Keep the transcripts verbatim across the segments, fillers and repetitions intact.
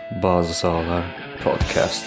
Bazı Sahalar Podcast.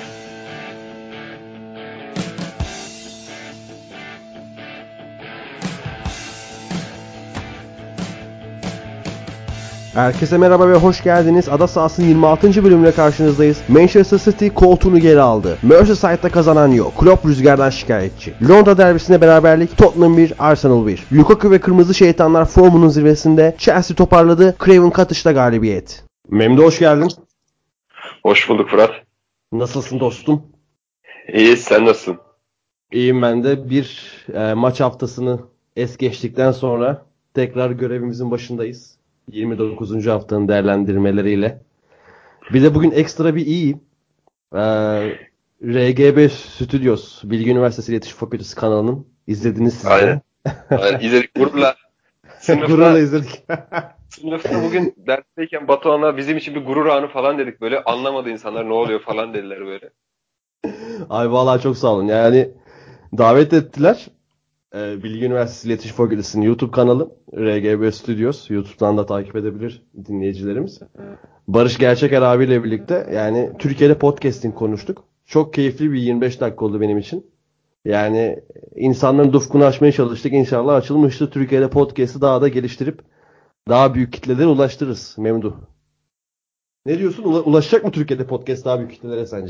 Herkese merhaba ve hoş geldiniz. Ada Sahası'nın yirmi altıncı bölümüne karşınızdayız. Manchester City koltuğunu geri aldı. Merseyside'da kazanan yok. Klopp rüzgardan şikayetçi. Londra derbisinde beraberlik. Tottenham bir, Arsenal bir. Lukaku ve Kırmızı Şeytanlar formunun zirvesinde. Chelsea toparladı. Craven Cottage'da galibiyet. Memdu hoş geldin. Hoş bulduk Fırat. Nasılsın dostum? İyi, sen nasılsın? İyiyim ben de. Bir e, maç haftasını es geçtikten sonra tekrar görevimizin başındayız. yirmi dokuzuncu haftanın değerlendirmeleriyle. Bir de bugün ekstra bir iyiyim. Ee, R G B Studios, Bilgi Üniversitesi İletişim Fakültesi kanalının izlediniz siz de. Aynen. Aynen. İzledik gururla. Sınıfta, Gururla izledik. sınıfta bugün dersteyken Batuhan'la bizim için bir gurur anı falan dedik. Böyle anlamadı insanlar ne oluyor falan dediler böyle. Ay vallahi çok sağ olun. Yani davet ettiler. Ee, Bilgi Üniversitesi İletişim Fakültesi'nin YouTube kanalı R G B Studios. YouTube'dan da takip edebilir dinleyicilerimiz. Barış Gerçeker abiyle birlikte yani Türkiye'de podcasting konuştuk. Çok keyifli bir yirmi beş dakika oldu benim için. Yani insanların ufkunu açmaya çalıştık. İnşallah açılmıştır. Türkiye'de podcast'ı daha da geliştirip daha büyük kitlelere ulaştırırız Memduh. Ne diyorsun? Ula- ulaşacak mı Türkiye'de podcast daha büyük kitlelere sence?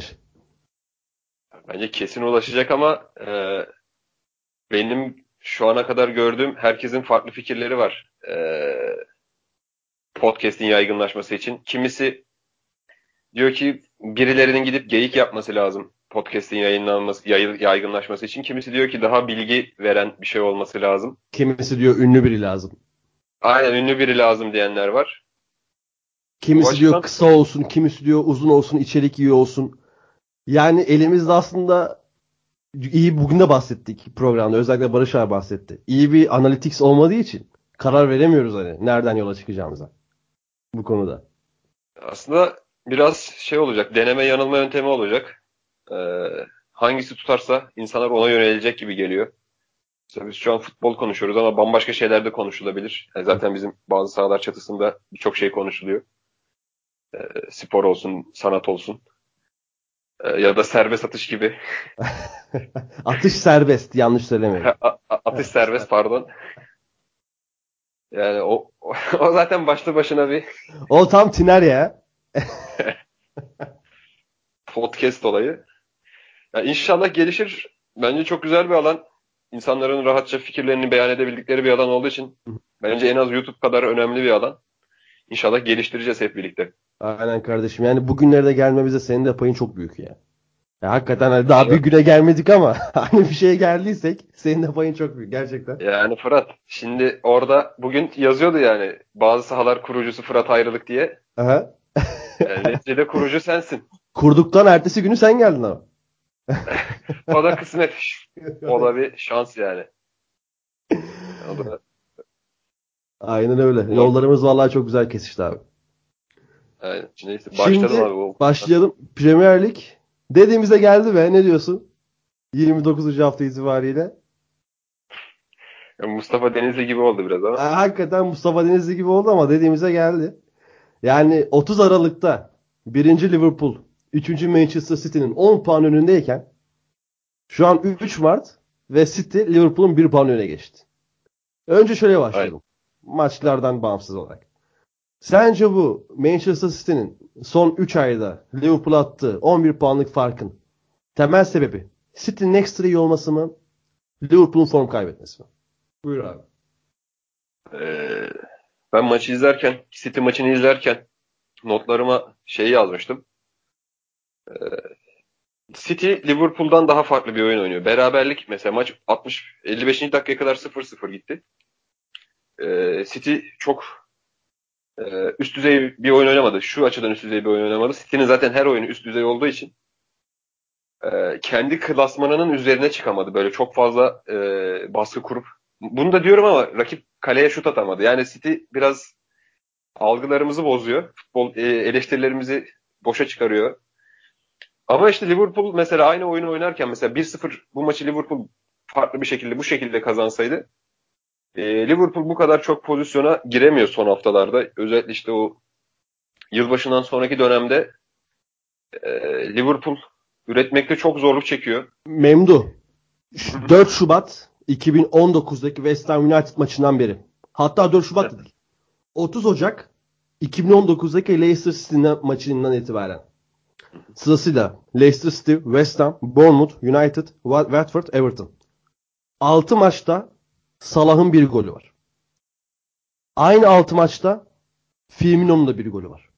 Bence kesin ulaşacak ama e, benim şu ana kadar gördüğüm herkesin farklı fikirleri var. E, podcast'in yaygınlaşması için. Kimisi diyor ki birilerinin gidip geyik yapması lazım podcast'in yayınlanması, yay, yaygınlaşması için. Kimisi diyor ki daha bilgi veren bir şey olması lazım. Kimisi diyor ünlü biri lazım. Aynen, ünlü biri lazım diyenler var. Kimisi açıdan... diyor kısa olsun, kimisi diyor uzun olsun, içerik iyi olsun. Yani elimizde aslında iyi, bugün de bahsettik programda. Özellikle Barış abi bahsetti. İyi bir analytics olmadığı için karar veremiyoruz hani nereden yola çıkacağımıza bu konuda. Aslında biraz şey olacak, deneme yanılma yöntemi olacak. Ee, hangisi tutarsa insanlar ona yönelecek gibi geliyor. Mesela biz şu an futbol konuşuyoruz ama bambaşka şeyler de konuşulabilir. Yani zaten bizim bazı sahalar çatısında birçok şey konuşuluyor. Ee, spor olsun, sanat olsun. Ee, ya da serbest atış gibi. Atış serbest, yanlış söylemeyin. A- a- atış serbest, pardon. Yani o, o, o zaten başlı başına bir O tam tiner ya. podcast olayı. Yani inşallah gelişir. Bence çok güzel bir alan. İnsanların rahatça fikirlerini beyan edebildikleri bir alan olduğu için bence en az YouTube kadar önemli bir alan. İnşallah geliştireceğiz hep birlikte. Aynen kardeşim. Yani bugünlerde gelmemize senin de payın çok büyük ya. Ya hakikaten hani daha bir Yani, güne gelmedik ama hani bir şeye geldiysek senin de payın çok büyük gerçekten. yani Fırat, şimdi orada bugün yazıyordu yani bazı sahalar kurucusu Fırat Ayrılık diye. Aha. Yani neticede kurucu sensin. Kurduktan ertesi günü sen geldin ama. O da kısmet. O da bir şans yani. O da, Aynen öyle. umarım. Yollarımız vallahi çok güzel kesişti abi. Yani, neyse, başladım Şimdi abi. O. başlayalım. Premier Lig dediğimize geldi be. Ne diyorsun? yirmi dokuzuncu hafta itibariyle. Yani Mustafa Denizli gibi oldu biraz ama. Ha, hakikaten Mustafa Denizli gibi oldu ama dediğimize geldi. Yani otuz Aralık'ta birinci Liverpool, üçüncü Manchester City'nin on puan önündeyken şu an üç Mart ve City Liverpool'un bir puan öne geçti. Önce şöyle Aynen. başlayalım. Maçlardan bağımsız olarak. Sence bu Manchester City'nin son üç ayda Liverpool'a attığı on bir puanlık farkın temel sebebi City'nin ekstra iyi olması mı? Liverpool'un form kaybetmesi mi? Buyur abi. Ee, ben maçı izlerken, City maçını izlerken notlarıma şeyi yazmıştım. City Liverpool'dan daha farklı bir oyun oynuyor. Beraberlik mesela, maç altmış elli beşinci dakikaya kadar sıfır sıfır gitti. Ee, City çok e, üst düzey bir oyun oynamadı. Şu açıdan üst düzey bir oyun oynamadı. City'nin zaten her oyunu üst düzey olduğu için e, kendi klasmanının üzerine çıkamadı. Böyle çok fazla e, baskı kurup. Bunu da diyorum ama rakip kaleye şut atamadı. Yani City biraz algılarımızı bozuyor. Futbol e, eleştirilerimizi boşa çıkarıyor. Ama işte Liverpool mesela aynı oyunu oynarken mesela bir sıfır bu maçı Liverpool farklı bir şekilde bu şekilde kazansaydı e, Liverpool bu kadar çok pozisyona giremiyor son haftalarda. Özellikle işte o yılbaşından sonraki dönemde e, Liverpool üretmekte çok zorluk çekiyor. Memdu. dört Şubat iki bin on dokuzdaki West Ham United maçından beri. Hatta dört Şubat da değil. otuz Ocak iki bin on dokuzdaki Leicester City maçından itibaren. Sırasıyla Leicester City, West Ham, Bournemouth, United, Watford, Everton. altı maçta Salah'ın bir golü var. Aynı altı maçta Firmino'nun da bir golü var.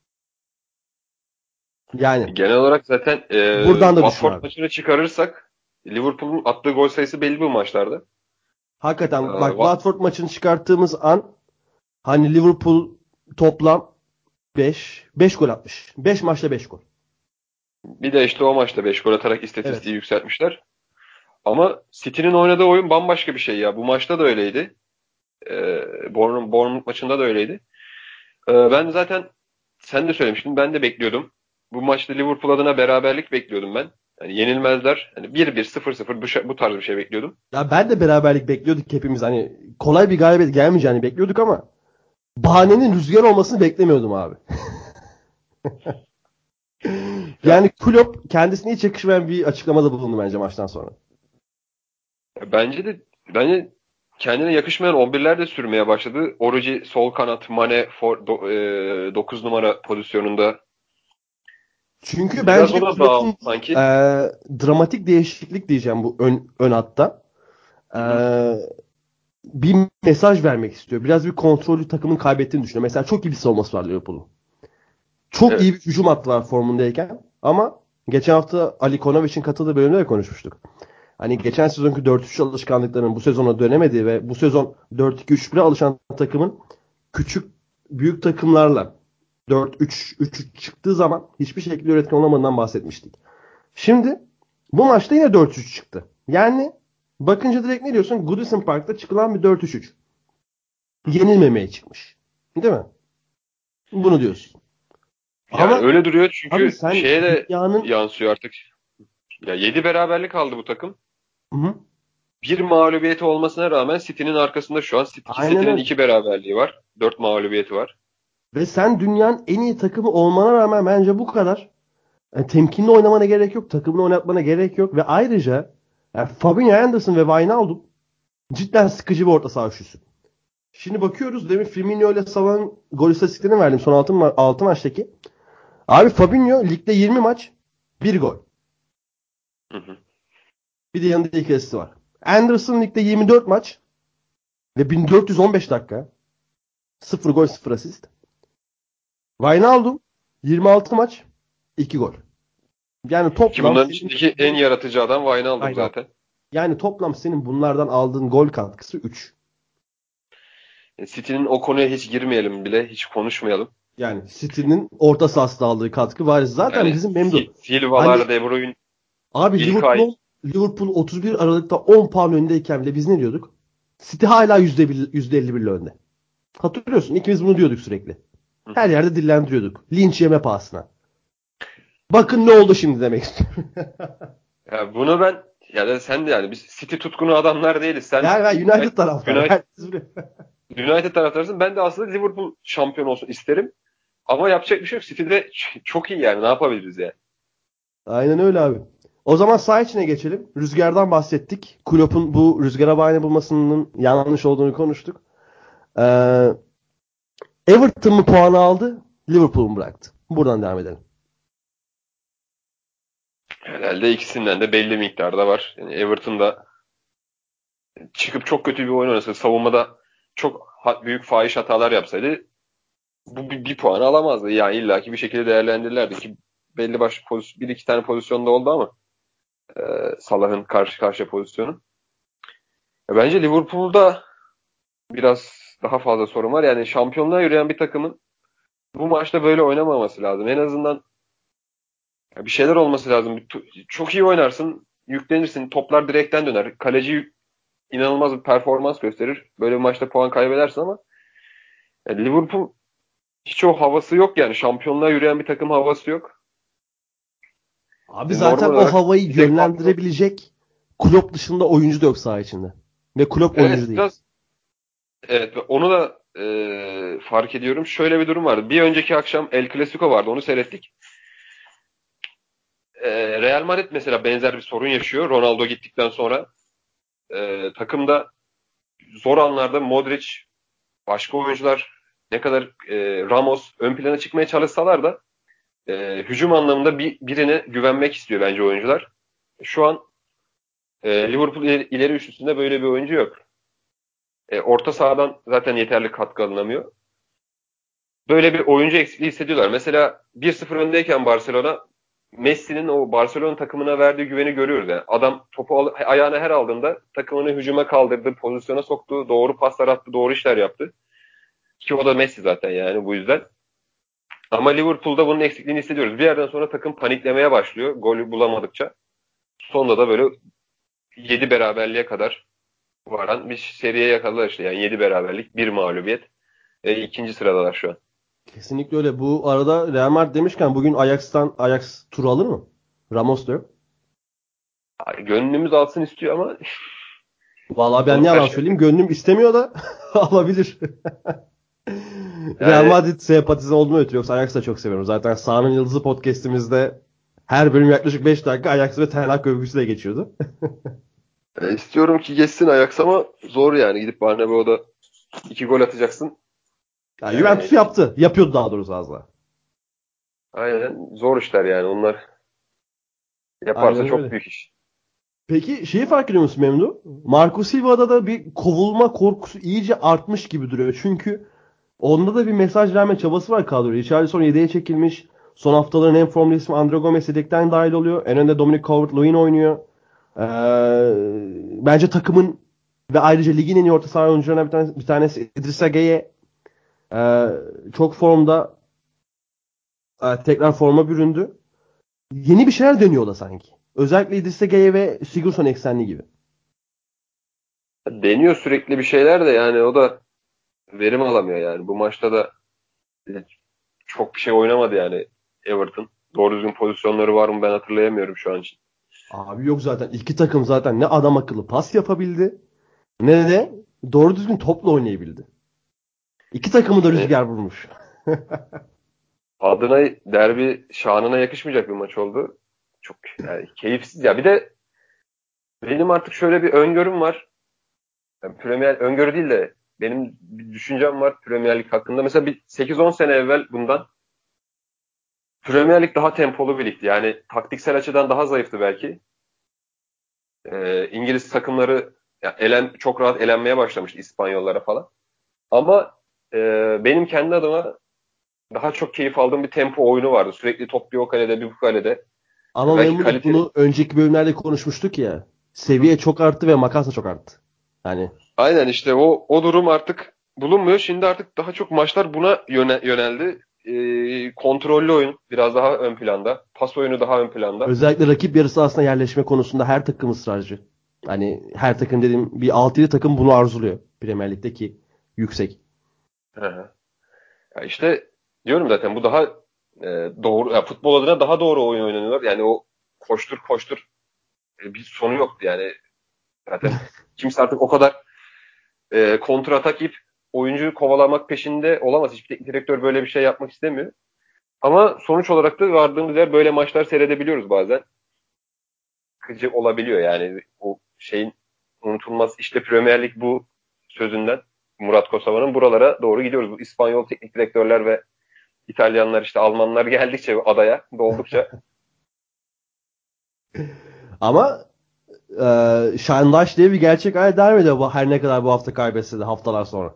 Yani genel olarak zaten e, buradan da Watford maçını çıkarırsak Liverpool'un attığı gol sayısı belli bu maçlarda. Hakikaten Ee, bak Wa- Watford maçını çıkarttığımız an hani Liverpool toplam beş beş gol atmış. beş maçta beş gol. Bir de işte o maçta beş gol atarak istatistiği Evet. yükseltmişler. Ama City'nin oynadığı oyun bambaşka bir şey ya. Bu maçta da öyleydi. Ee, Bournemouth, Bournemouth maçında da öyleydi. Ee, ben zaten sen de söylemiştin. Ben de bekliyordum. Bu maçta Liverpool adına beraberlik bekliyordum ben. Yani yenilmezler. Hani bir bir sıfır sıfır bu, şey- bu tarz bir şey bekliyordum. Ya ben de beraberlik bekliyorduk hepimiz. Hani kolay bir galibiyet gelmeyeceğini bekliyorduk ama bahanenin rüzgar olmasını beklemiyordum abi. Ya Yani Klopp kendisine hiç yakışmayan bir açıklamada bulundu bence maçtan sonra. bence de bence kendine yakışmayan on birler de sürmeye başladı. Origi sol kanat, Mane for, do, e, dokuz numara pozisyonunda. Çünkü Biraz bence o da Klopp'un dağıldı sanki. e, dramatik değişiklik diyeceğim bu ön, ön hatta. E, Hı hı. bir mesaj vermek istiyor. Biraz bir kontrolü takımın kaybettiğini düşünüyor. Mesela çok iyi bir savunması var Liverpool'un. Çok iyi Evet. bir hücum hattı var formundayken. Ama geçen hafta Ali Konovic'in katıldığı bölümde de konuşmuştuk. Hani geçen sezonki dört üç alışkanlıklarının bu sezona dönemediği ve bu sezon dört iki üç bire alışan takımın küçük büyük takımlarla dört üç üç çıktığı zaman hiçbir şekilde üretken olamadığından bahsetmiştik. Şimdi bu maçta yine dört üç çıktı. Yani bakınca direkt ne diyorsun? Goodison Park'ta çıkılan bir dört üç üç. Yenilmemeye çıkmış. Değil mi? Bunu diyorsun. Yani Ama öyle duruyor abi çünkü sen şeye de dünyanın yansıyor artık. Ya yedi beraberlik aldı bu takım. Hı-hı. Bir mağlubiyeti olmasına rağmen City'nin arkasında şu an. City- Aynen City'nin öyle. iki beraberliği var. Dört mağlubiyeti var. Ve sen dünyanın en iyi takımı olmana rağmen bence bu kadar yani temkinli oynamana gerek yok. Takımını oynatmana gerek yok. Ve ayrıca yani Fabinho Anderson ve Wijnaldum cidden sıkıcı bir orta saha üçlüsü. Şimdi bakıyoruz. Demin Firmino ile Salah'ın gol istatistiklerini verdim. Son altı, ma- altı maçtaki. Abi Fabinho ligde yirmi maç bir gol. Hı hı. Bir de yanında iki asisti var. Anderson ligde yirmi dört maç ve bin dört yüz on beş dakika. sıfır gol sıfır asist. Wijnaldum yirmi altı maç iki gol. Yani Ki toplam bunların senin içindeki en yaratıcı adam Wijnaldum Aynen. zaten. Yani toplam senin bunlardan aldığın gol katkısı üç. E, City'nin o konuya hiç girmeyelim bile. Hiç konuşmayalım. Yani City'nin orta sahasında aldığı katkı var. Zaten Yani bizim Si- memnun. Silva'lar, Hani De Bruyne, abi İlkay. Liverpool Liverpool otuz bir Aralık'ta on puan öndeyken bile biz ne diyorduk? City hala yüzde bir, yüzde elli bir ile önde. Hatırlıyorsun. İkimiz bunu diyorduk sürekli. Hı Her hı. yerde dillendiriyorduk. Linç yeme pahasına. Bakın ne oldu şimdi demek istiyorum. Ya bunu ben ya da sen de yani biz City tutkunu adamlar değiliz. Sen Yani ben ben United taraftarıyım. United, Herkes biliyor. United taraftarısın. Ben de aslında Liverpool şampiyon olsun isterim. Ama yapacak bir şey yok. City de ç- çok iyi yani. Ne yapabiliriz yani? Aynen öyle abi. O zaman saha içine geçelim. Rüzgardan bahsettik. Klopp'un bu rüzgara bahane bulmasının yanlış olduğunu konuştuk. Ee, Everton mu puanı aldı? Liverpool mu bıraktı? Buradan devam edelim. Herhalde ikisinden de belli miktarda var. Yani Everton'da çıkıp çok kötü bir oyun oynasa, savunmada çok ha- büyük fahiş hatalar yapsaydı bu bir, bir puan alamazdı. Yani illaki bir şekilde değerlendirirlerdi ki belli başlı pozisyon, bir iki tane pozisyonda oldu ama e, Salah'ın karşı karşıya pozisyonu. Ya bence Liverpool'da biraz daha fazla sorun var. Yani şampiyonluğa yürüyen bir takımın bu maçta böyle oynamaması lazım. En azından ya bir şeyler olması lazım. Tu- Çok iyi oynarsın, yüklenirsin, toplar direkten döner. Kaleci inanılmaz bir performans gösterir. Böyle bir maçta puan kaybedersin ama ya Liverpool hiç o havası yok yani. Şampiyonluğa yürüyen bir takım havası yok. Abi E, normal zaten o olarak havayı bir tek kadro. yönlendirebilecek Klopp dışında oyuncu da yok saha içinde. Ve Klopp oyuncu Evet değil. biraz evet onu da e, fark ediyorum. Şöyle bir durum vardı. Bir önceki akşam El Clasico vardı. Onu seyrettik. e, Real Madrid mesela benzer bir sorun yaşıyor. Ronaldo gittikten sonra e, takımda zor anlarda Modric, başka oyuncular ne kadar e, Ramos ön plana çıkmaya çalışsalar da e, hücum anlamında bir, birine güvenmek istiyor bence oyuncular. Şu an e, Liverpool ileri, ileri üçlüsünde böyle bir oyuncu yok. E, orta sahadan zaten yeterli katkı alınamıyor. Böyle bir oyuncu eksikliği hissediyorlar. Mesela bir sıfır öndeyken Barcelona, Messi'nin o Barcelona takımına verdiği güveni görüyoruz. Yani adam topu al- ayağına her aldığında takımını hücuma kaldırdı, pozisyona soktu, doğru paslar attı, doğru işler yaptı. Ki o da Messi zaten yani bu yüzden. Ama Liverpool'da bunun eksikliğini hissediyoruz. Bir yerden sonra takım paniklemeye başlıyor golü bulamadıkça. Sonunda da böyle yedi beraberliğe kadar varan bir seriye yakaladılar işte. Yani yedi beraberlik, bir mağlubiyet. E, ikinci sıradalar şu an. Kesinlikle öyle. Bu arada Real Madrid demişken bugün Ajax'tan Ajax turu alır mı? Ramos da yok. Gönlümüz alsın istiyor ama Vallahi ben sonu ne yalan kaç. söyleyeyim, gönlüm istemiyor da alabilir. Real Yani Madrid sempatizan olduğunu ötürü, yoksa Ajax'ı da çok seviyorum. Zaten Sahanın Yıldızı podcast'imizde her bölüm yaklaşık beş dakika Ajax ve Ten Hag övgüsüyle geçiyordu. e, istiyorum ki geçsin Ajax ama zor yani. Gidip Bernabeu'da iki gol atacaksın. Yani Yani Juventus yaptı. Yapıyordu daha doğrusu az daha. aynen zor işler yani. Onlar yaparsa Aynen çok öyle. büyük iş. Peki şeyi fark ediyor musun Memdu? Marco Silva'da da bir kovulma korkusu iyice artmış gibi duruyor. Çünkü onda da bir mesaj verme çabası var kadroya. Richarlison yedeğe çekilmiş. Son haftaların en formlu ismi Andre Gomes yedekten dahil oluyor. En önde Dominic Calvert-Lewin oynuyor. Ee, bence takımın ve ayrıca ligin en iyi orta saha oyuncularından bir tanesi, bir tanesi İdrissa Gueye. Ee, çok formda, e, tekrar forma büründü. Yeni bir şeyler dönüyor da sanki. Özellikle İdrissa Gueye ve Sigurdsson eksenli gibi. Deniyor sürekli bir şeyler de yani o da verim alamıyor yani. Bu maçta da çok bir şey oynamadı yani Everton. Doğru düzgün pozisyonları var mı ben hatırlayamıyorum şu an için. Abi yok zaten. İki takım zaten ne adam akıllı pas yapabildi, ne de doğru düzgün topla oynayabildi. İki takımı da Yani rüzgar vurmuş. adına derbi şanına yakışmayacak bir maç oldu. Çok yani keyifsiz ya. Bir de benim artık şöyle bir öngörüm var. Yani Premier öngörü değil de benim bir düşüncem var Premier Lig hakkında. Mesela bir sekiz on sene evvel bundan Premier Lig daha tempolu bir ligdi. Yani taktiksel açıdan daha zayıftı belki. Ee, İngiliz takımları ya, elen, çok rahat elenmeye başlamıştı İspanyollara falan. Ama e, benim kendi adıma daha çok keyif aldığım bir tempo oyunu vardı. Sürekli top bir o kalede bir bu kalede. Ama Ya belki Memduh, kalite bunu önceki bölümlerde konuşmuştuk ya. Seviye çok arttı ve makas da çok arttı. Yani aynen işte o o durum artık bulunmuyor. Şimdi artık daha çok maçlar buna yöne, yöneldi. Ee, kontrollü oyun biraz daha ön planda. Pas oyunu daha ön planda. özellikle rakip yarı sahasına yerleşme konusunda her takım ısrarcı. Hani her takım dediğim bir altı yedi takım bunu arzuluyor. Premier Lig'deki yüksek. Hı hı. Ya işte diyorum zaten bu daha e, doğru ya futbol adına daha doğru oyun oynanıyor. Yani o koştur koştur e, bir sonu yoktu yani. Zaten kimse artık o kadar e, kontra atak yiyip oyuncuyu kovalamak peşinde olamaz. Hiçbir teknik direktör böyle bir şey yapmak istemiyor. Ama sonuç olarak da vardığımız yer böyle maçlar seyredebiliyoruz bazen. Sıkıcı olabiliyor yani o şeyin unutulmaz işte Premier Lig bu sözünden Murat Kosova'nın buralara doğru gidiyoruz. Bu İspanyol teknik direktörler ve İtalyanlar işte Almanlar geldikçe adaya doldukça Ama e, Şandaş diye bir gerçek hala devam ediyor. Bu, her ne kadar bu hafta kaybetse de haftalar sonra.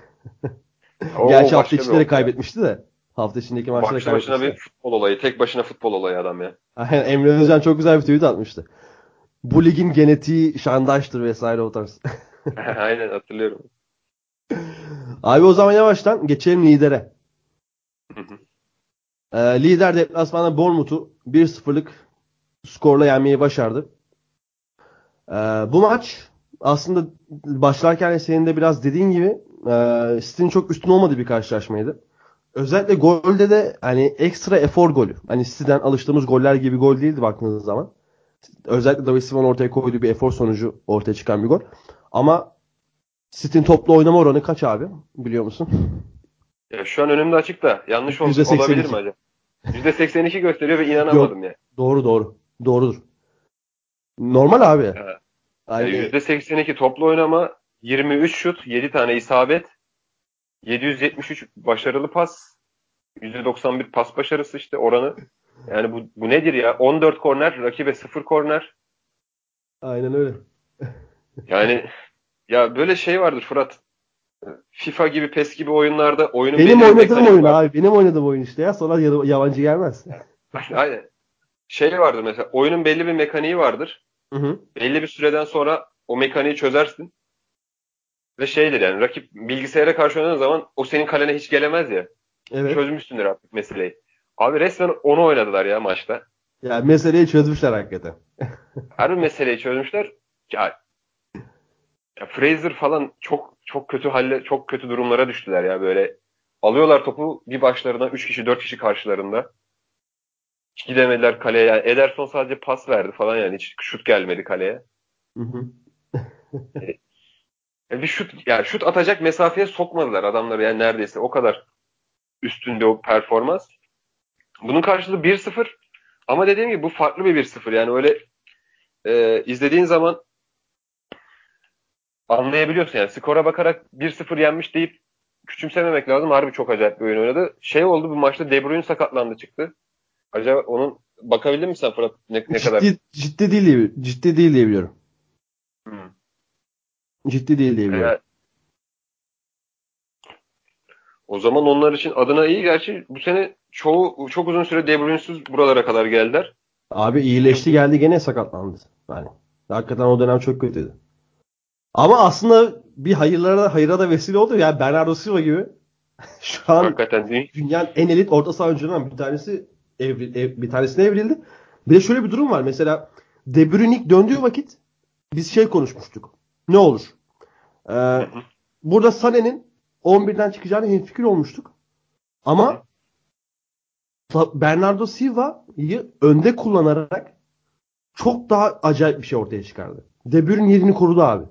o Gerçi hafta başka bir içinde de olay ya. kaybetmişti de. Hafta içindeki maçta da Başlı başına kaybetmişti bir de. futbol olayı. Tek başına futbol olayı adam ya. Aynen, Emre Özcan çok güzel bir tweet atmıştı. Bu ligin genetiği Şandaş'tır vesaire o tarz. Aynen hatırlıyorum. Abi o zaman yavaştan geçelim lidere. Hı hı. Ee, lider deplasmanda Bournemouth'u bir sıfırlık skorla yenmeyi başardı. Ee, bu maç aslında başlarken de senin de biraz dediğin gibi e, City'nin çok üstün olmadığı bir karşılaşmaydı. Özellikle golde de hani ekstra efor golü. Hani City'den alıştığımız goller gibi gol değildi baktığınız zaman. Özellikle David Silva'nın ortaya koyduğu bir efor sonucu ortaya çıkan bir gol. Ama City'nin toplu oynama oranı kaç abi? Biliyor musun? Ya şu an önümde açık da yanlış ol- olabilir mi yüzde seksen iki. acaba? yüzde seksen iki gösteriyor ve inanamadım ya. Doğru doğru. Doğrudur. Normal abi. Yani. Yani, yüzde seksen iki toplu oynama, yirmi üç şut, yedi tane isabet, yedi yüz yetmiş üç başarılı pas, yüzde doksan bir pas başarısı işte oranı. Yani bu, bu nedir ya? on dört korner, rakibe sıfır korner. aynen öyle. Yani ya böyle şey vardır Fırat. FIFA gibi, PES gibi oyunlarda oyunun Benim belli bir oynadığım mekaniği oyun vardır. abi. Benim oynadığım oyun işte ya. Sonra ya- yabancı gelmez. Aynen. Şey vardır mesela, oyunun belli bir mekaniği vardır. Hı hı. Belli bir süreden sonra o mekaniği çözersin. Ve şeydir yani, rakip bilgisayara karşı oynadığın zaman o senin kalene hiç gelemez ya. Evet. Çözmüşsündür artık meseleyi. Abi resmen onu oynadılar ya maçta. Ya meseleyi çözmüşler hakikaten. Her bir meseleyi çözmüşler. Ya, ya Fraser falan çok çok kötü halle, çok kötü durumlara düştüler ya böyle. Alıyorlar topu bir başlarına, üç kişi dört kişi karşılarında. Hiç gidemediler kaleye. Yani Ederson sadece pas verdi falan, yani hiç şut gelmedi kaleye. Hı hı. E, bir şut, yani şut atacak mesafeye sokmadılar adamları, yani neredeyse o kadar üstün bir o performans. Bunun karşılığı bir sıfır, ama dediğim gibi bu farklı bir bir sıfır. Yani öyle e, izlediğin zaman anlayabiliyorsun yani. Skora bakarak bir sıfır yenmiş deyip küçümsememek lazım. Harbi çok acayip bir oyun oynadı. Şey oldu, bu maçta De Bruyne sakatlandı çıktı. Acaba onun, bakabildin mi sen Fırat, ne, ne kadar? Ciddi ciddi değil diye, ciddi değil diye biliyorum. Hmm. Ciddi değil diye biliyorum. E, o zaman onlar için adına iyi. Gerçi bu sene çoğu çok uzun süre De Bruyne'siz buralara kadar geldiler. Abi Şimdi iyileşti geldi gene sakatlandı. Yani hakikaten o dönem çok kötüydü. Ama aslında bir hayırlara hayıra da vesile oldu. Yani Bernardo Silva gibi şu an hakikaten değil. dünyanın en elit orta saha oyuncularından bir tanesi evri, ev- bir tanesine evrildi. Bir de şöyle bir durum var. Mesela De Bruyne ilk döndüğü vakit biz şey konuşmuştuk. Ne olur? Hı Ee, hı, burada Sané'nin on birden çıkacağını hemfikir olmuştuk. hı hı. Ama Bernardo Silva'yı önde kullanarak çok daha acayip bir şey ortaya çıkardı. De Bruyne yerini korudu abi.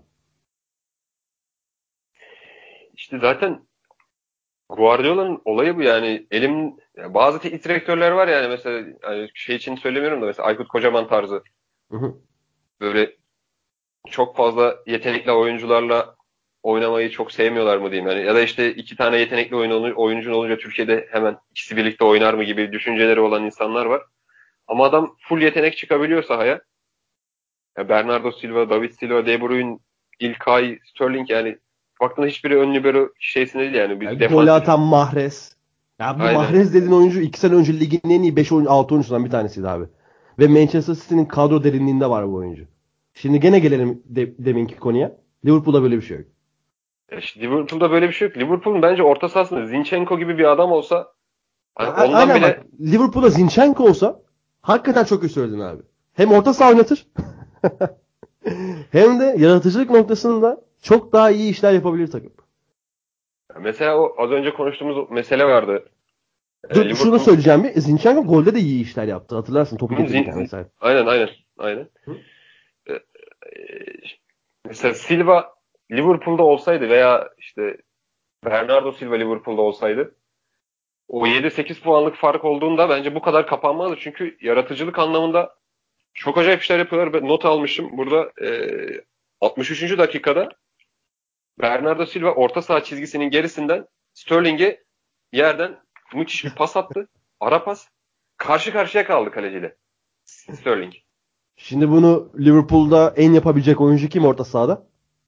İşte zaten Guardiola'nın olayı bu yani. Elim, ya bazı teknik direktörler var yani, mesela hani şey için söylemiyorum da, mesela Aykut Kocaman tarzı Hı hı. böyle çok fazla yetenekli oyuncularla oynamayı çok sevmiyorlar mı diyeyim yani, ya da işte iki tane yetenekli oyun, oyuncun olunca Türkiye'de hemen ikisi birlikte oynar mı gibi düşünceleri olan insanlar var. Ama adam full yetenek çıkabiliyor sahaya. Ya Bernardo Silva, David Silva, De Bruyne, İlkay, Sterling, yani baktığında hiçbiri ön libero şeysinde değil yani, bir Yani gol defansif. atan Mahrez. Ya bu Aynen. Mahrez dediğin oyuncu iki sene önce ligin en iyi beş oyuncu, altı oyuncusundan bir tanesiydi abi. Ve Manchester City'nin kadro derinliğinde var bu oyuncu. Şimdi gene gelelim de, deminki konuya. Liverpool'da böyle bir şey yok. Ya işte Liverpool'da böyle bir şey yok. Liverpool'un bence orta sahasında Zinchenko gibi bir adam olsa, Ya, hani a- ondan aynen bak. bile, Liverpool'da Zinchenko olsa hakikaten çok iyi söyledin abi. Hem orta saha oynatır hem de yaratıcılık noktasında çok daha iyi işler yapabilir takım. mesela o az önce konuştuğumuz o mesele vardı. Ee, Dur şunu Liverpool söyleyeceğim bir. Zinchenko golde de iyi işler yaptı. Hatırlarsın topu Zin, getirirken Zin- vesaire. aynen aynen aynen. Hı? Ee, mesela Silva Liverpool'da olsaydı veya işte Bernardo Silva Liverpool'da olsaydı, o yedi sekiz puanlık fark olduğunda bence bu kadar kapanmazdı. Çünkü yaratıcılık anlamında çok acayip işler yapıyorlar. Ben not almışım burada. Ee, altmış üçüncü dakikada Bernardo Silva orta saha çizgisinin gerisinden Sterling'e yerden müthiş bir pas attı. Ara pas. Karşı karşıya kaldı kaleciyle Sterling. Şimdi bunu Liverpool'da en yapabilecek oyuncu kim orta sahada?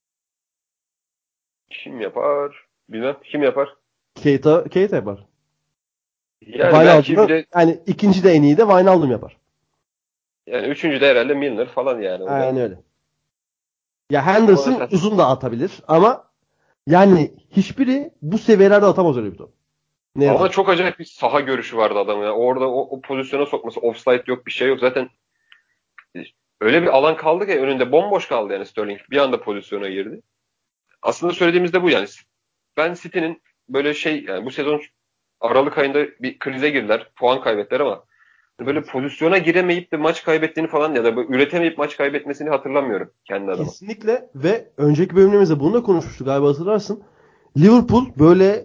Kim yapar? Bilmem. Kim yapar? Keita, Keita yapar. Yani Wijnaldum belki bir da de, yani ikinci de en iyi de Wijnaldum yapar. yani üçüncü de herhalde Milner falan yani o da. Aynen öyle. Ya Ama Henderson mesela, uzun da atabilir ama yani hiçbiri bu seviyelerde atamaz öyle bir top. Ne ama yazık ki. çok acayip bir saha görüşü vardı adamın ya. Orada o, o pozisyona sokması, offside yok, bir şey yok. Zaten öyle bir alan kaldı ki önünde, bomboş kaldı yani Sterling. Bir anda pozisyona girdi. Aslında söylediğimiz de bu yani. Ben City'nin böyle şey, yani bu sezon Aralık ayında bir krize girdiler. Puan kaybettiler ama böyle Evet. pozisyona giremeyip de maç kaybettiğini falan, ya da böyle üretemeyip maç kaybetmesini hatırlamıyorum kendi adıma. Kesinlikle ve önceki bölümlerimizde bunu da konuşmuştuk galiba hatırlarsın. Liverpool böyle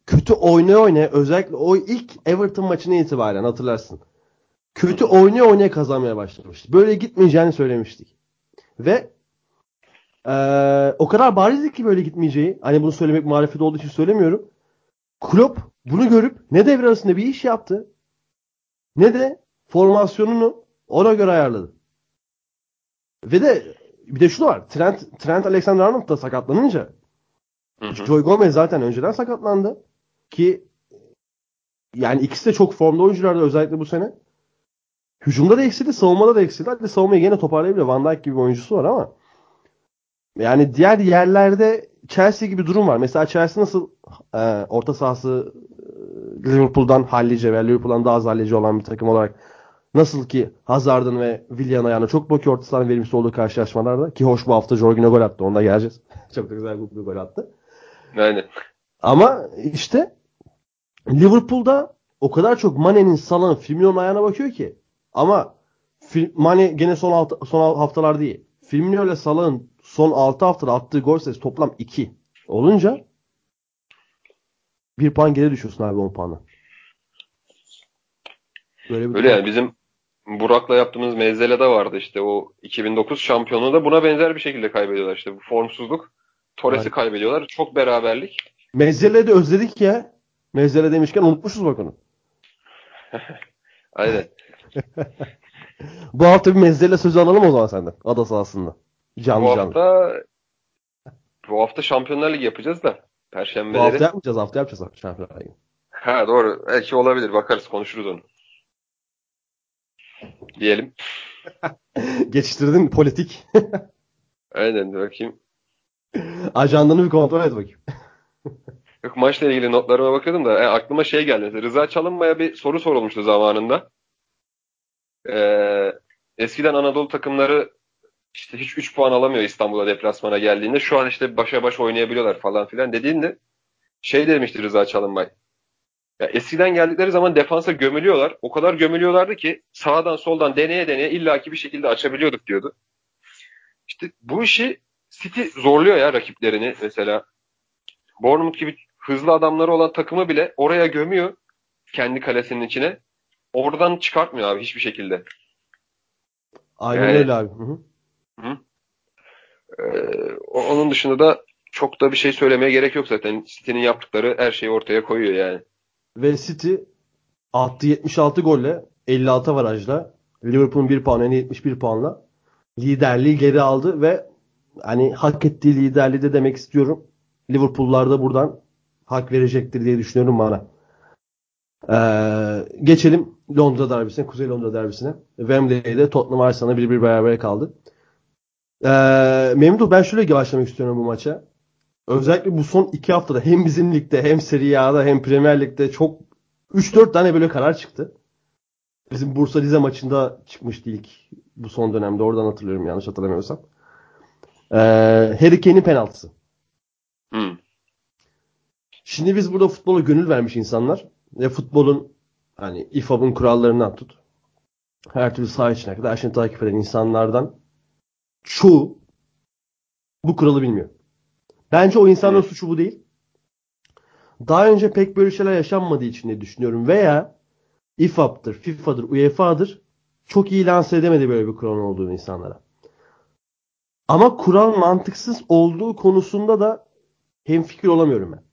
kötü oynaya oynaya, özellikle o ilk Everton maçına itibaren hatırlarsın. Kötü oynaya oynaya kazanmaya başlamıştı. Böyle gitmeyeceğini söylemiştik. Ve ee, o kadar barizdi ki böyle gitmeyeceği. Hani bunu söylemek marifet olduğu için söylemiyorum. Klopp bunu görüp ne devre arasında bir iş yaptı, ne de formasyonunu ona göre ayarladı. Ve de bir de şu var. Trent, Trent Alexander-Arnold da sakatlanınca Hı hı. Joe Gomez zaten önceden sakatlandı. Ki yani ikisi de çok formda oyunculardı özellikle bu sene. Hücumda da eksildi, savunmada da eksildi. Hadi savunmayı gene toparlayabilir. Van Dijk gibi bir oyuncusu var ama yani diğer yerlerde Chelsea gibi durum var. Mesela Chelsea nasıl e, orta sahası e, Liverpool'dan hallice veya Liverpool'dan daha az hallice olan bir takım olarak nasıl ki Hazard'ın ve Willian'ın ayağına çok bakıyor orta sahanın verimsiz olduğu karşılaşmalarda ki hoş bu hafta Jorginho gol attı. Onda geleceğiz. Çok da güzel bir gol attı. Aynen. Ama işte Liverpool'da o kadar çok Mane'nin, Salah'ın, Firmino'nun ayağına bakıyor ki. Ama Mane gene son, altı, son haftalar değil. Firmino ile Salah'ın son altı haftada attığı gol sayısı toplam iki olunca bir puan geri düşüyorsun abi on puanla. Böyle bir Öyle yani bizim Burak'la yaptığımız Mezzela'da vardı işte o iki bin dokuz şampiyonluğu da buna benzer bir şekilde kaybediyorlar işte. Bu formsuzluk. Torres'i Harika. kaybediyorlar. Çok beraberlik. Mezzele'yi de özledik ya. Mezzele demişken unutmuşuz bak onu. Aynen. Bu hafta bir Mezzele sözü alalım o zaman senden. Ada sahasında. Canlı Bu canlı. hafta bu hafta Şampiyonlar Ligi yapacağız da Bu Perşembeleri. hafta yapmayacağız. Hafta yapacağız. Şampiyonlar Ligi. Ha doğru. Belki olabilir. Bakarız konuşuruz onu. Diyelim. Geçiştirdin politik. Aynen bakayım. Ajandanı bir kontrol et bakayım. Yok maçla ilgili notlarıma bakıyordum da e, aklıma şey geldi. Mesela Rıza Çalınbay'a bir soru sorulmuştu zamanında. Ee, eskiden Anadolu takımları işte hiç üç puan alamıyor İstanbul'a deplasmana geldiğinde. Şu an işte başa baş oynayabiliyorlar falan filan dediğinde şey demişti Rıza Çalınbay. Ya eskiden geldikleri zaman defansa gömülüyorlar. O kadar gömülüyorlardı ki sağdan soldan deneye deneye illaki bir şekilde açabiliyorduk diyordu. İşte bu işi City zorluyor ya rakiplerini. Mesela Bournemouth gibi hızlı adamları olan takımı bile oraya gömüyor kendi kalesinin içine. Oradan çıkartmıyor abi hiçbir şekilde. Aynen Yani öyle abi. Hı hı. hı, e, onun dışında da çok da bir şey söylemeye gerek yok zaten. City'nin yaptıkları her şeyi ortaya koyuyor yani. Ve City attığı yetmiş altı golle elli altı avarajla Liverpool'un bir puan öne yetmiş bir puanla liderliği geri aldı ve hani hak ettiği liderliği de demek istiyorum. Liverpool'lar da buradan hak verecektir diye düşünüyorum bana. Ee, geçelim Londra derbisine, Kuzey Londra derbisine. Wembley'de Tottenham Arsenal'a bir bir beraber kaldı. Ee, Memduh ben şöyle başlamak istiyorum bu maça. Özellikle bu son iki haftada hem bizim ligde hem Serie A'da hem Premier Lig'de çok üç dört tane böyle karar çıktı. Bizim Bursa Rize maçında çıkmıştı ilk bu son dönemde. Oradan hatırlıyorum yanlış hatırlamıyorsam. Ee, Harry Kane'in penaltısı. Hmm. Şimdi biz burada futbola gönül vermiş insanlar ve futbolun hani İ F A B'ın kurallarından tut. Her türlü saha içine kadar her şeyi takip eden insanlardan çoğu bu kuralı bilmiyor. Bence o insanların Hmm. suçu bu değil. Daha önce pek böyle şeyler yaşanmadığı için diye düşünüyorum. Veya İ F A B'dır, FIFA'dır, UEFA'dır. Çok iyi lanse edemedi böyle bir kural olduğunu insanlara. Ama kural mantıksız olduğu konusunda da hemfikir olamıyorum ben.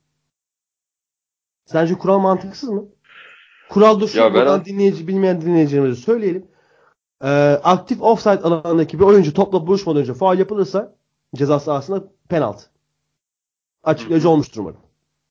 Sence kural mantıksız mı? Kural da şu, Ya ben buradan dinleyici, bilmeyen dinleyicilerimize söyleyelim. Ee, aktif offside alanındaki bir oyuncu topla buluşmadan önce faul yapılırsa ceza sahasında penaltı. Hı Açıklayıcı hı. olmuştur umarım.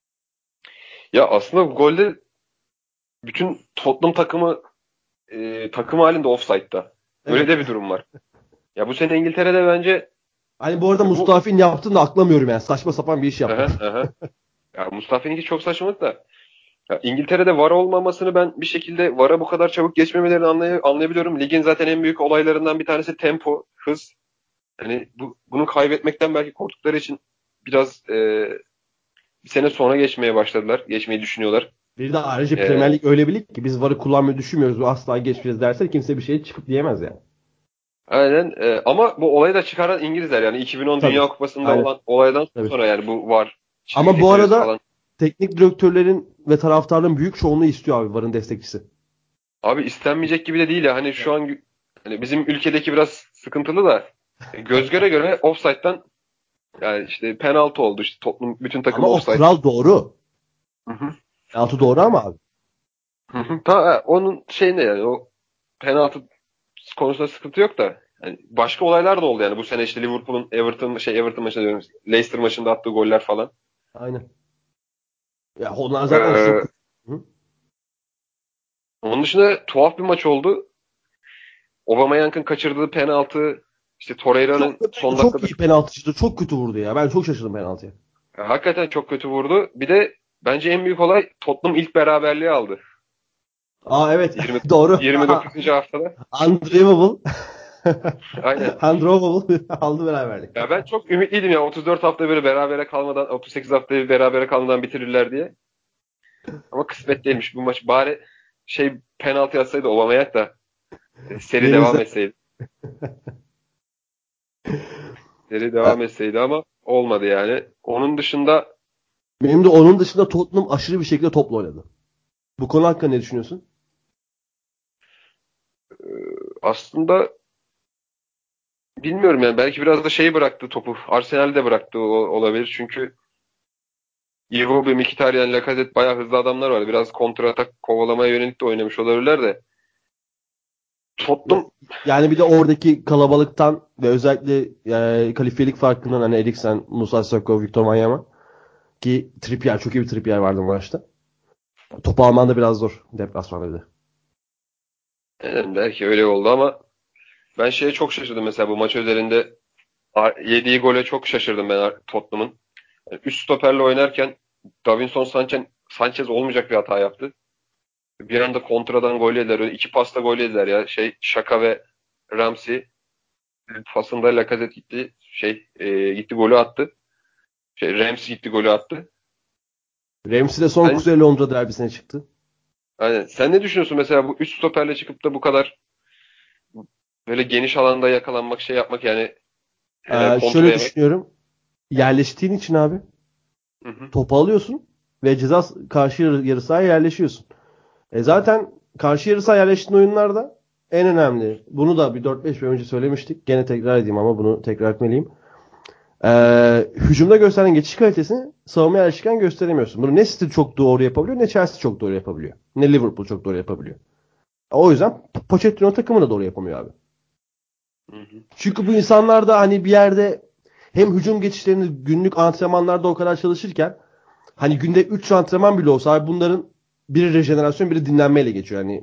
Ya aslında bu golde bütün Tottenham takımı e, takım halinde offside'da. Öyle Evet. de bir durum var. Ya bu sene İngiltere'de bence Hani bu arada ya bu Mustafa'nın yaptığını da aklamıyorum yani. Saçma sapan bir iş yaptı. aha, aha. Ya Mustafa'nınki çok saçmalık da. Ya İngiltere'de V A R olmamasını ben bir şekilde V A R'a bu kadar çabuk geçmemelerini anlay anlayabiliyorum. Ligin zaten en büyük olaylarından bir tanesi tempo, hız. Hani bu, bunu kaybetmekten belki korktukları için biraz e, bir sene sonra geçmeye başladılar. Geçmeyi düşünüyorlar. Bir de ayrıca E, Premier Lig öyle bir lig ki biz V A R'ı kullanmayı düşünmüyoruz. Bu asla geçmeyeceğiz derse kimse bir şey çıkıp diyemez yani. aynen. E, ama bu olayı da çıkaran İngilizler. Yani iki bin on Tabii. Dünya Kupası'nda Aynen. olan olaydan Tabii. sonra yani bu V A R Ama çizgi bu getiririz arada falan. teknik direktörlerin ve taraftarların büyük çoğunluğu istiyor abi V A R'ın destekçisi. Abi istenmeyecek gibi de değil ya. Hani şu an hani bizim ülkedeki biraz sıkıntılı da göz göre göre offside'dan yani işte penaltı oldu. İşte Tottenham bütün takım Ama o offside. kural doğru. Hı hı. Penaltı doğru ama abi. Hı hı. Ta, onun şeyinde yani o penaltı konusunda sıkıntı yok da yani başka olaylar da oldu yani bu sene işte Liverpool'un Everton şey Everton maçında diyorum Leicester maçında attığı goller falan. Aynen. Ya onlar zaten çok Ee, kötü. Hı? Onun dışında tuhaf bir maç oldu. Aubameyang'ın kaçırdığı penaltı işte Çok, Torreira'nın son çok dakikada iyi penaltıcıydı. Çok kötü vurdu ya. Ben çok şaşırdım penaltıya. ya, hakikaten çok kötü vurdu. Bir de bence en büyük olay Tottenham ilk beraberliği aldı. Aa evet. yirmi, Doğru. yirmi dokuzuncu haftada. Undreamable. Aynen. Undreamable aldı beraberlik. Ya ben çok ümitliydim ya otuz dört hafta böyle berabere kalmadan otuz sekiz haftayı berabere kalmadan bitirirler diye. Ama kısmet değilmiş bu maç. Bari şey penaltı yatsaydı Aubameyang da e, seri devam Denizler. etseydi. Seri Ha, devam etseydi ama olmadı yani. Onun dışında benim de onun dışında Tottenham aşırı bir şekilde topla oynadı. Bu konu hakkında ne düşünüyorsun? aslında bilmiyorum yani belki biraz da şeyi bıraktı topu. Arsenal'de bıraktı o, olabilir. Çünkü Iwobi, Mkhitaryan, Lacazette bayağı hızlı adamlar var. Biraz kontratak kovalamaya yönelik de oynamış olabilirler de. Ya- Tottenham Yani bir de oradaki kalabalıktan ve özellikle e, kalifiyelik farkından hani Eriksen, Musa Sissoko, Victor Wanyama ki Trippier çok iyi bir Trippier vardı bu maçta. Topu alman da biraz zor deplasmanda bir de. yani belki öyle oldu ama ben şeye çok şaşırdım mesela bu maç özelinde a- yediği gole çok şaşırdım ben Tottenham'ın. Yani üst stoperle oynarken Davinson Sanchez, Sanchez olmayacak bir hata yaptı. Bir anda kontradan gol yediler. Öyle iki pasta gol yediler ya. Şey Şaka ve Ramsey pasında Lacazette gitti. Şey e, gitti golü attı. Şey Ramsey gitti golü attı. Ramsey de son Sen, Kuzey Londra derbisine çıktı. aynen. Sen ne düşünüyorsun mesela bu üst stoperle çıkıp da bu kadar böyle geniş alanda yakalanmak şey yapmak yani e, Ee, kontra şöyle yemek. düşünüyorum. Yerleştiğin için abi Hı hı. topu alıyorsun ve ceza karşı yarı, yarı sahaya yerleşiyorsun. E zaten karşı yarı sahaya yerleştiğin oyunlarda en önemli. Bunu da bir dört beş bölüm önce söylemiştik. Gene tekrar edeyim ama bunu tekrar etmeliyim. Ee, hücumda gösteren geçiş kalitesini savunmaya yerleşirken gösteremiyorsun. Bunu ne City çok doğru yapabiliyor ne Chelsea çok doğru yapabiliyor. Ne Liverpool çok doğru yapabiliyor. O yüzden Pochettino takımı da doğru yapamıyor abi. Hı hı. Çünkü bu insanlar da hani bir yerde hem hücum geçişlerini günlük antrenmanlarda o kadar çalışırken hani günde üç antrenman bile olsa abi bunların biri rejenerasyon biri dinlenmeyle geçiyor. Yani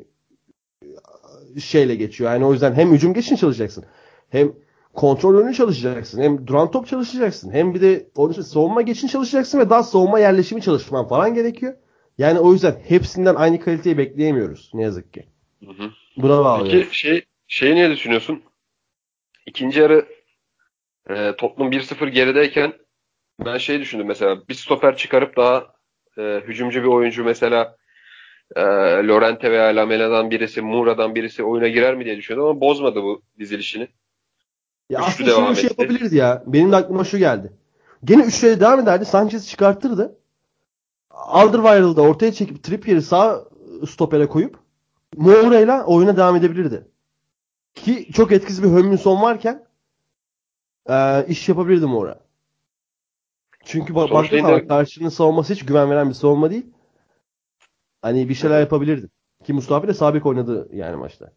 şeyle geçiyor. Yani o yüzden hem hücum geçişin çalışacaksın. Hem kontrol önü çalışacaksın. Hem duran top çalışacaksın. Hem bir de onun için savunma geçişin çalışacaksın ve daha savunma yerleşimi çalışman falan gerekiyor. Yani o yüzden hepsinden aynı kaliteyi bekleyemiyoruz. Ne yazık ki. Hı hı. Buna bağlıyorum. Peki şey şeyi ne düşünüyorsun? İkinci yarı e, Tottenham bir sıfır gerideyken ben şey düşündüm mesela bir stoper çıkarıp daha e, hücumcu bir oyuncu mesela e, Llorente veya Lamela'dan birisi, Moura'dan birisi oyuna girer mi diye düşündüm ama bozmadı bu dizilişini. Ya Üçlü aslında şöyle bir devam şey etti. yapabilirdi ya. Benim de aklıma şu geldi. Gene üçlüye devam ederdi. Sanchez çıkartırdı. Alderweireld'ı ortaya çekip Trippier'i sağ stopere koyup Moura'yla oyuna devam edebilirdi. Ki çok etkisiz bir Hömmünson varken e, iş yapabilirdi Moura. Çünkü bak baktığın Sonuçta zaman yine karşının savunması hiç güven veren bir savunma değil. Hani bir hı şeyler hı. yapabilirdin. Ki Mustafa de sabit oynadı yani maçta.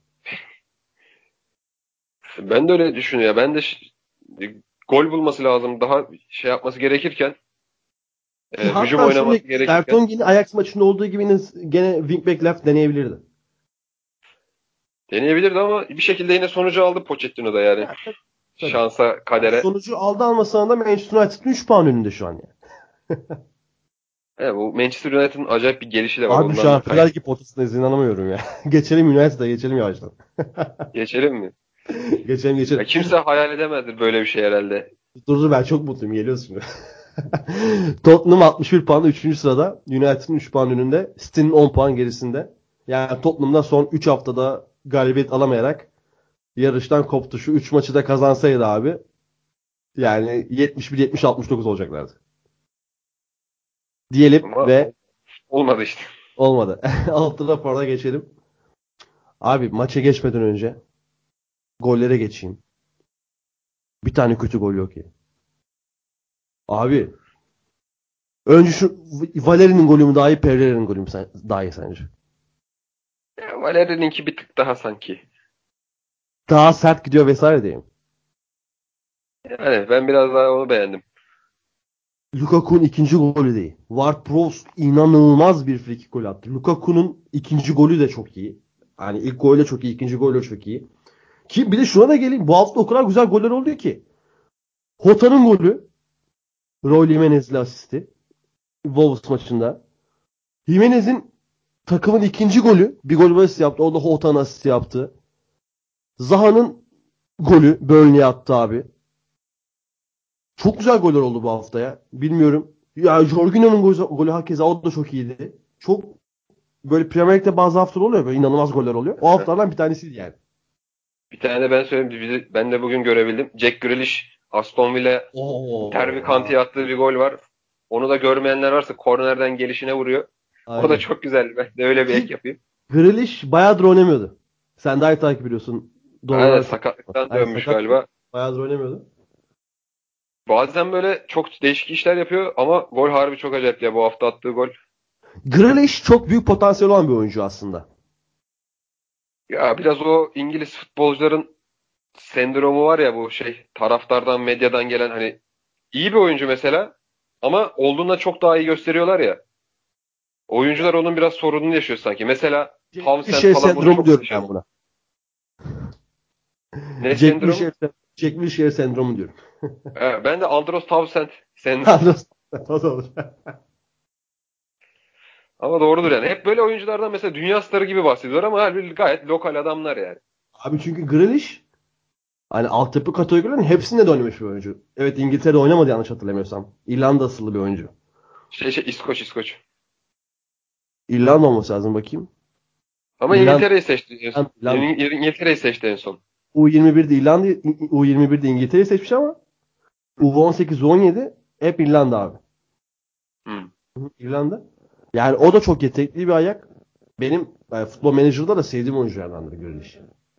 Ben de öyle düşünüyorum. Ben de ş- gol bulması lazım. Daha şey yapması gerekirken Ki e, hücum hatta şöyle oynaması gerekirken Vertonghen'i Ajax maçında olduğu gibi yine gene wingback left deneyebilirdi. deneyebilirdi ama bir şekilde yine sonucu aldı Pochettino da yani. Yani, tabii. Tabii. Şansa, Yani kadere. sonucu aldı almasına da Manchester United'ın üç puan önünde şu an yani. Evet, bu Manchester United'ın acayip bir gelişi de var. Abi Ondan da Şampiyonlar kaynak. Ligi potasındayız inanamıyorum ya. geçelim United'a geçelim yavaştan. Geçelim mi? geçelim Ya geçelim. kimse hayal edemezdi böyle bir şey herhalde. Dur dur ben çok mutluyum geliyoruz şimdi. Tottenham altmış bir puanla üçüncü sırada. United'ın üç puan önünde. City'nin on puan gerisinde. Yani Tottenham'da son üç haftada galibiyet alamayarak yarıştan koptu. Şu üç maçı da kazansaydı abi yani yetmiş bir yetmiş altmış dokuz olacaklardı. diyelim Ama ve olmadı işte. olmadı. Alt raporuna geçelim. Abi maça geçmeden önce gollere geçeyim. Bir tane kötü gol yok ya. Abi önce şu Valeri'nin golü mü daha iyi, Pereira'nın golü mü sen- daha iyi sence? Ya, Valeri'ninki bir tık daha sanki. Daha sert gidiyor vesaire diyeyim. Yani ben biraz daha onu beğendim. Lukaku'nun ikinci golü değil. Ward-Prowse inanılmaz bir frikik gol attı. Lukaku'nun ikinci golü de çok iyi. Yani ilk golü de çok iyi, ikinci golü de çok iyi. Ki bir de şuna da geleyim. Bu hafta o kadar güzel goller oluyor ki. Hota'nın golü, Raul Jimenez'li asisti Wolves maçında. Jimenez'in takımın ikinci golü, bir gol asist yaptı. O da Hota'nın asisti yaptı. Zaha'nın golü Burnley'e attı abi. Çok güzel goller oldu bu haftaya. Bilmiyorum. Ya Jorginho'nun golü, golü hakeza o da çok iyiydi. Çok böyle Premier Lig'de bazı haftalar oluyor böyle inanılmaz goller oluyor. O haftalardan bir tanesiydi yani. Bir tane de ben söyleyeyim. Bizi, ben de bugün görebildim. Jack Grealish, Aston Villa Derby Oo. County'ye attığı bir gol var. Onu da görmeyenler varsa kornerden gelişine vuruyor. O da Aynen. çok güzel. Ben de öyle bir ek Ki yapayım. Grealish bayağıdır oynamıyordu. Sen daha iyi takip ediyorsun. Aynen, Doğrular. sakatlıktan Aynen dönmüş sakat. galiba. Bayağıdır oynamıyordu. Bazen böyle çok değişik işler yapıyor ama gol harbi çok acayip ya, bu hafta attığı gol. Grealish çok büyük potansiyel olan bir oyuncu aslında. Ya biraz o İngiliz futbolcuların sendromu var ya, bu şey taraftardan, medyadan gelen, hani iyi bir oyuncu mesela ama olduğundan çok daha iyi gösteriyorlar ya. Oyuncular onun biraz sorununu yaşıyor sanki. Mesela Jack Townsend Wilshere falan bunu sendromu çok diyorum yaşadı. ben buna. Ne Jack sendromu? Wilshere, Jack Wilshere sendromu diyorum. Ha, ben de Andros Townsend sendromu. O da olur. Ama doğrudur yani. Hep böyle oyunculardan mesela dünya starı gibi bahsediyorlar ama halbuki gayet lokal adamlar yani. Abi çünkü Grealish hani altyapı kategorilerinin hepsinde de oynamış bir oyuncu. Evet İngiltere'de oynamadı yanlış hatırlamıyorsam. İrlanda asıllı bir oyuncu. Şey şey İskoç İskoç. İrlanda olması lazım bakayım. Ama İrlanda, İngiltere'yi seçti en son. İrlanda. İngiltere'yi seçti en son. U yirmi birde İrlanda, U yirmi birde İngiltere'yi seçmiş ama U on sekiz, U on yedi hep İrlanda abi. Hmm. Hı, İrlanda. Yani o da çok yetenekli bir ayak. Benim yani futbol menajerda da sevdiğim oyunculardandır Grealish.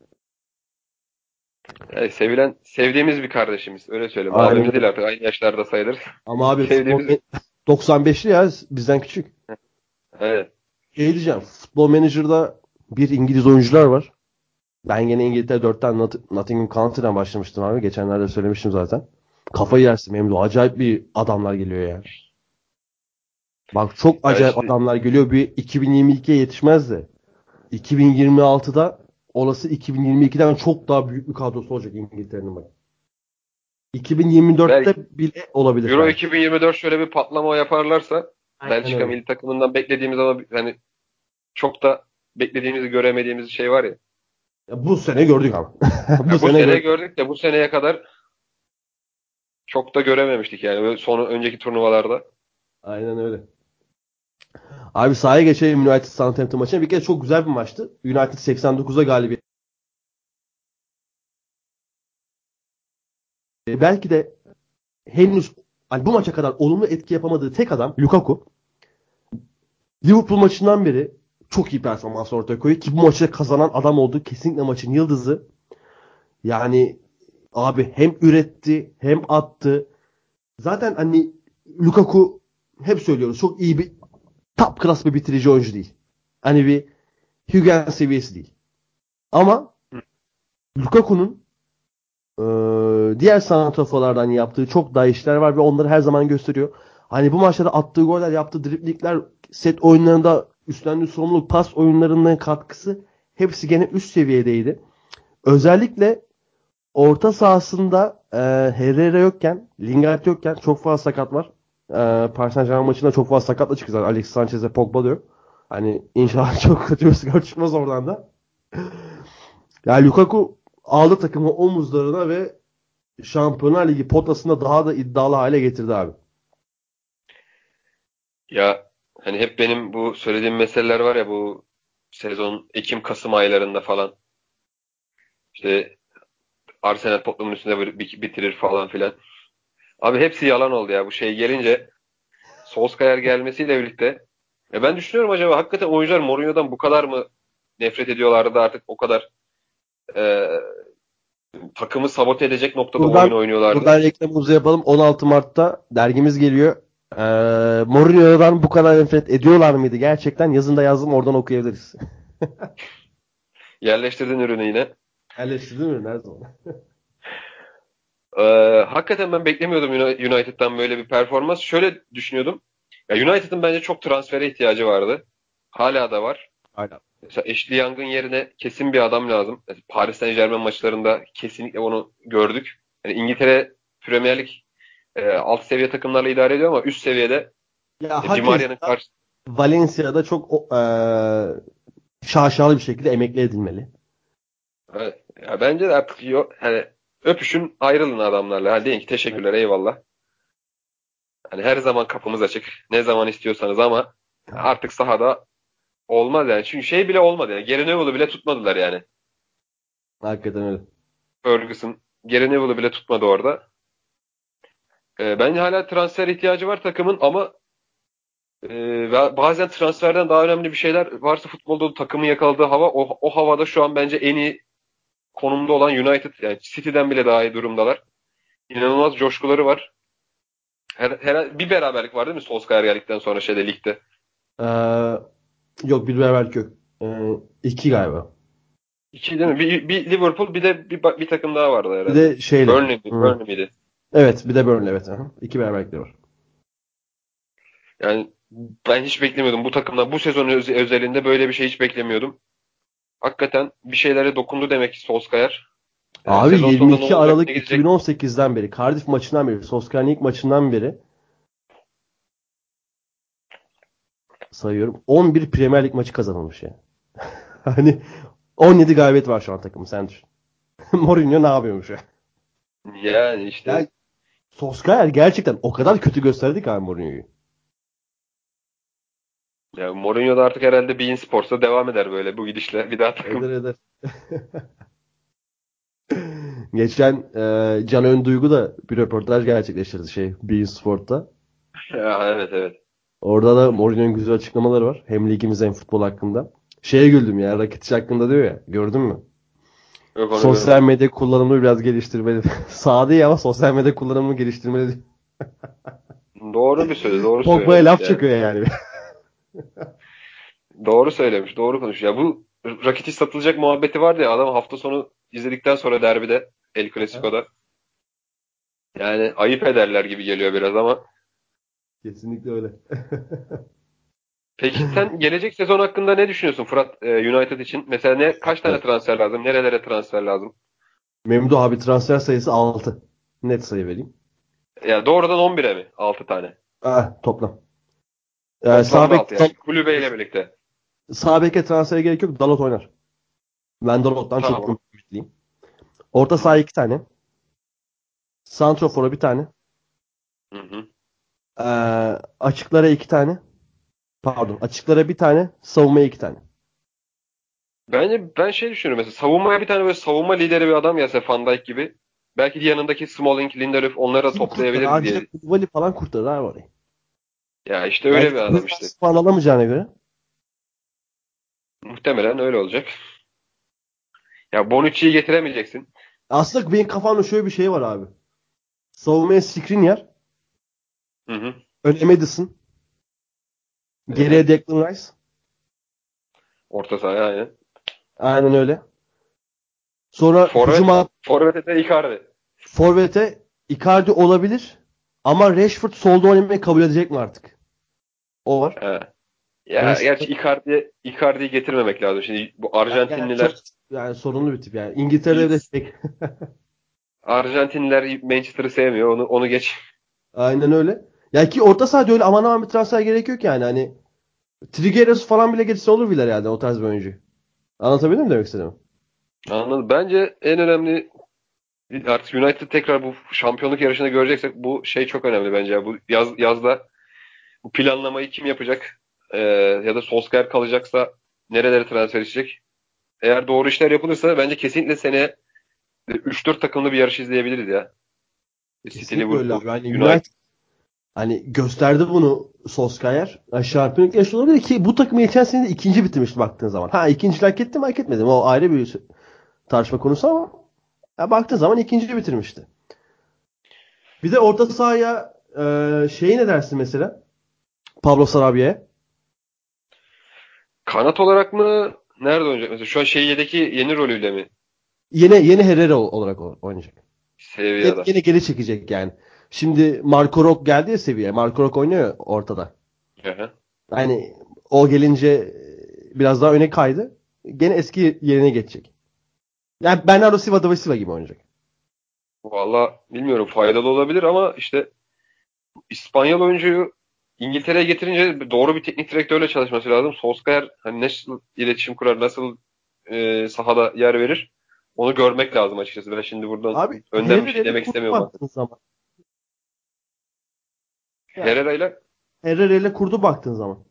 Yani sevilen, sevdiğimiz bir kardeşimiz. Öyle söyleyeyim. Aynen Abimiz öyle. değil artık. Aynı yaşlarda sayılırız. Ama abi futbol Sevdiğimiz. doksan beşli ya bizden küçük. Evet. Şey diyeceğim. Futbol Manager'da bir İngiliz oyuncular var. Ben gene İngiltere dörtten Not- Nottingham County'den başlamıştım abi. Geçenlerde söylemiştim zaten. Kafayı yersin Memdu. Acayip bir adamlar geliyor ya. Bak çok Ya acayip işte adamlar geliyor. Bir iki bin yirmi ikiye yetişmez de. iki bin yirmi altıda olası iki bin yirmi ikiden çok daha büyük bir kadrosu olacak İngiltere'nin bak. belki iki bin yirmi dörtte bile olabilir Euro belki. iki bin yirmi dört şöyle bir patlama yaparlarsa, Aynen Belçika öyle. milli takımından beklediğimiz ama hani çok da beklediğimizi göremediğimiz şey var ya. Ya bu sene gördük ama. Bu Ya bu sene sene gördük. gördük de bu seneye kadar çok da görememiştik yani, böyle son önceki turnuvalarda. Aynen öyle. Abi sahaya geçelim United Southampton maçına. Bir kere çok güzel bir maçtı. United seksen dokuza galibiyet. E, Belki de henüz hani bu maça kadar olumlu etki yapamadığı tek adam Lukaku. Liverpool maçından beri çok iyi performans ortaya koyuyor ki bu maçı kazanan adam oldu. Kesinlikle maçın yıldızı. Yani abi hem üretti hem attı. Zaten hani Lukaku hep söylüyoruz çok iyi bir top class bir bitirici oyuncu değil. Hani bir Hügen seviyesi değil. Ama Lukaku'nun Ee, diğer santraforlardan yaptığı çok daha işler var ve onları her zaman gösteriyor. Hani bu maçlarda attığı goller, yaptığı driblingler, set oyunlarında üstlendiği sorumluluk, pas oyunlarının katkısı hepsi gene üst seviyedeydi. Özellikle orta sahasında e, Herrera yokken, Lingard yokken çok fazla sakat var. E, Paris Saint-Germain maçında çok fazla sakatla çıktı zaten. Alexis Sanchez ve Pogba da yok. Hani inşallah çok kötü bir skor çıkmaz oradan da. Yani Lukaku aldı takımı omuzlarına ve Şampiyonlar Ligi potasında daha da iddialı hale getirdi abi. Ya hani hep benim bu söylediğim meseleler var ya, bu sezon Ekim-Kasım aylarında falan. İşte Arsenal Tottenham'ın üstünde bir- bitirir falan filan. Abi hepsi yalan oldu ya, bu şey gelince. Solskjaer gelmesiyle birlikte ya ben düşünüyorum acaba hakikaten oyuncular Mourinho'dan bu kadar mı nefret ediyorlardı da artık o kadar e, takımı sabote edecek noktada Buradan, oyun oynuyorlardı. buradan reklamımızı yapalım. on altı Mart'ta dergimiz geliyor. Ee, Mourinho'dan bu kadar nefret ediyorlar mıydı? Gerçekten yazında yazdım, oradan okuyabiliriz. Yerleştirdin ürünü yine. Yerleştirdin mi? Nerede o? Ee, hakikaten ben beklemiyordum Uni- United'dan böyle bir performans. Şöyle düşünüyordum. Ya United'ın bence çok transfere ihtiyacı vardı. Hala da var. Aynen. Mesela Ashley Young'ın yerine kesin bir adam lazım. Mesela Paris Saint-Germain maçlarında kesinlikle onu gördük. Yani İngiltere Premier Lig e, alt seviye takımlarla idare ediyor ama üst seviyede Ya e, Di hak Maria'nın hesap karşı Valencia'da çok o- eee şaşalı bir şekilde emekli edilmeli. evet. Ya bence de artık yok. Hani öpüşün ayrılın adamlarla. Hani deyin ki teşekkürler eyvallah. Hani her zaman kapımız açık. Ne zaman istiyorsanız ama artık sahada olmaz yani. Çünkü şey bile olmadı yani. Gary Neville'ı bile tutmadılar yani. Hakikaten öyle. Ferguson Gary Neville'ı bile tutmadı orada. E, bence hala transfer ihtiyacı var takımın ama e, ve bazen transferden daha önemli bir şeyler varsa futbolda o takımın yakaladığı hava o, o havada şu an bence en iyi konumda olan United yani City'den bile daha iyi durumdalar. İnanılmaz coşkuları var. Her, her, bir beraberlik var değil mi Solskjaer geldikten sonra şeyde ligde? Eee, yok, bir beraberlik yok. Eee iki galiba. İki değil mi? Bir, bir Liverpool bir de bir, bir takım daha vardı Bir herhalde. de şeyle. Burnley, mi? Hı. Burnley miydi? Evet, bir de Burnley, evet. Aha. İki beraberlikleri var. Yani ben hiç beklemiyordum. Bu takımdan bu sezon öz- özelinde böyle bir şey hiç beklemiyordum. Hakikaten bir şeylere dokundu demek ki Solskjaer. Ee, Abi sezon sonunda ne yirmi iki olacak, Aralık ne gidecek? iki bin on sekizden beri, Cardiff maçından beri, Solskjaer'in ilk maçından beri sayıyorum. on bir Premier Lig maçı kazanılmış ya. Hani on yedi galibiyet var şu an takımın, sen düşün. Mourinho ne yapıyormuş ya? Yani işte Yani Solskjaer gerçekten o kadar kötü gösterdi ki abi Mourinho'yu. ya Mourinho da artık herhalde beIN Sports'a devam eder böyle bu gidişle. Bir daha takım. Eder eder. Geçen e, Can Önduygu da bir röportaj gerçekleştirdi şey beIN Sport'ta. Ya, evet evet. Orada da Mourinho'nun güzel açıklamaları var. Hem ligimiz hem futbol hakkında. Şeye güldüm ya, Rakitic hakkında diyor ya. Gördün mü? Yok onu Sosyal görmedim. medya kullanımını biraz geliştirmeli. Sağ değil ama sosyal medya kullanımını geliştirmeli diyor. Doğru bir söz, doğru Pogba'ya söylemiş laf yani. çakıyor yani. Doğru söylemiş, doğru konuş. Ya bu Rakitic satılacak muhabbeti vardı ya adam hafta sonu izledikten sonra derbide El Clasico'da. Yani ayıp ederler gibi geliyor biraz ama. Kesinlikle öyle. Peki sen gelecek sezon hakkında ne düşünüyorsun Fırat e, United için? Mesela ne kaç tane Evet. transfer lazım? Nerelere transfer lazım? Memduh abi, transfer sayısı altı. Net sayı vereyim. Ya doğrudan on bire mi? altı tane. Ah, toplam. Ee, sağ Toplamda bek, altı yani. Kulübeyle birlikte. sağ beke transfere gerek yok. Dalot oynar. Ben Dalot'tan çok Tamam. ümitliyim. Orta Hı saha hı. iki tane. Santrofor'a bir tane. Hı hı. Ee, açıklara iki tane. Pardon. Açıklara bir tane. Savunmaya iki tane. Bence ben şey düşünüyorum mesela savunmaya bir tane böyle savunma lideri bir adam gelse Van Dijk gibi. Belki de yanındaki Smalling, Lindelöf onları da Kim kurtarır? toplayabilir Ancak diye. Koulibaly falan kurtarır abi orayı. Ya işte öyle Belki bir de adam işte. Presens falan alamayacağına göre. Muhtemelen öyle olacak. Ya Bonucci'yi getiremeyeceksin. Aslında benim kafamda şöyle bir şey var abi. Savunmaya Skriniar. Hı hı. Öne Maddison. Geriye Evet. Declan Rice. Orta sahaya aynen. Aynen öyle. Sonra Forvet, hücuma Forvet'e de Icardi. forvete Icardi olabilir. Ama Rashford solda oynamayı kabul edecek mi artık? O var. He. Ya Rashford gerçi Icardi, Icardi'yi getirmemek lazım. Şimdi bu yani, yani çok Arjantinliler yani sorunlu bir tip yani. İngiltere'de bir de pek Arjantinliler Manchester'ı sevmiyor. Onu onu geç. aynen öyle. Ya ki orta sahada öyle aman aman bir transfer gerek yok yani. Hani Trigueros falan bile geçse olur bile yani o tarz bir oyuncu. Anlatabildim mi demek istedim? Anladım. Bence en önemli artık United tekrar bu şampiyonluk yarışında göreceksek bu şey çok önemli bence. Ya. Bu yaz yazda bu planlamayı kim yapacak? Ee, ya da Solskjaer kalacaksa nerelere transfer edecek? Eğer doğru işler yapılırsa bence kesinlikle seneye üç dört takımlı bir yarış izleyebiliriz ya. City, Kesinlikle öyle Liverpool, abi. Yani United. United Hani gösterdi bunu Solskjaer. Yani şampiyonluk yarışı olabilir ki bu takımı geçen sene de ikinci bitirmişti baktığın zaman. Ha ikinci hak etti mi hak etmedi mi? O ayrı bir tartışma konusu ama ya baktığın zaman ikinci bitirmişti. Bir de orta sahaya e, şeyi ne dersin mesela? Pablo Sarabia'ya. Kanat olarak mı? Nerede oynayacak mesela? Şu an Şeyh'deki yeni rolüyle mi? Yeni yeni Herrera olarak oynayacak. Yeni, Sevilla'da. yeni geri çekecek yani. Şimdi Marco Rock geldi ya seviyeye. Marco Rock oynuyor ya ortada. Hı hı. Yani o gelince e, biraz daha öne kaydı. Gene eski yerine geçecek. Yani Bernardo Silva da Silva gibi oynayacak. Valla bilmiyorum, faydalı olabilir ama işte İspanyol oyuncuyu İngiltere'ye getirince doğru bir teknik direktörle çalışması lazım. Solskjaer hani nasıl iletişim kurar, nasıl e, sahada yer verir, onu görmek lazım açıkçası. Ben şimdi buradan Abi önden bir şey Herrera'yla demek kurdu istemiyorum ama. baktığın zaman. Yani Herrera ile Herrera'yla kurdu baktığın zaman.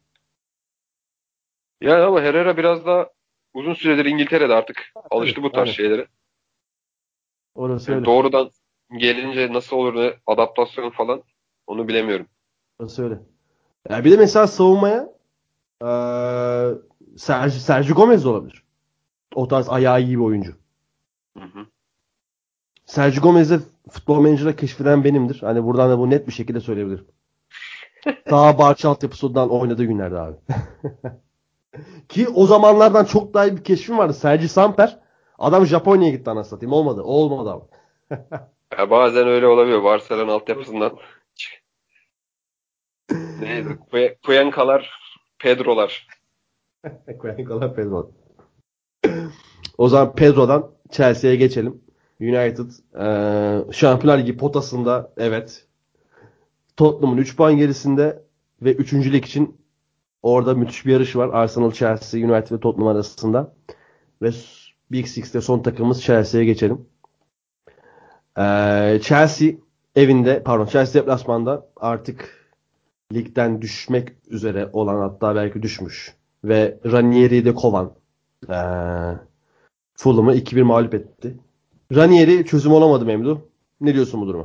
yani ama Herrera biraz daha uzun süredir İngiltere'de, artık Tabii. alıştı bu tarz Aynen. şeylere. Orası Yani öyle. doğrudan gelince nasıl olur, ne adaptasyon falan, onu bilemiyorum. Orası öyle. Yani bir de mesela savunmaya eee Sergio, Sergio Gomez de olabilir. O tarz ayağı iyi bir oyuncu. Hı hı. Sergio Gomez'i futbol menajere keşfeden benimdir. Hani buradan da bu net bir şekilde söyleyebilirim. Daha Barça altyapısından oynadığı günlerde abi. Ki o zamanlardan çok daha iyi bir keşfim vardı. Sergi Samper. Adam Japonya'ya gitti anasını satayım. Olmadı. O olmadı abi. Ya bazen öyle olabiliyor. Barcelona altyapısından neydi? Cuy- Cuencalar, Pedro'lar. Cuencalar Pedro. O zaman Pedro'dan Chelsea'ye geçelim. United eee Şampiyonlar Ligi potasında evet. Tottenham'ın üç puan gerisinde ve üçüncülük için orada müthiş bir yarış var. Arsenal, Chelsea, United ve Tottenham arasında. Ve Big Six'te son takımımız Chelsea'ye geçelim. Ee, Chelsea evinde, pardon Chelsea deplasmanda artık ligden düşmek üzere olan, hatta belki düşmüş ve Ranieri'yi de kovan ee, Fulham'ı iki bir mağlup etti. Ranieri çözüm olamadı Memduh. Ne diyorsun bu duruma?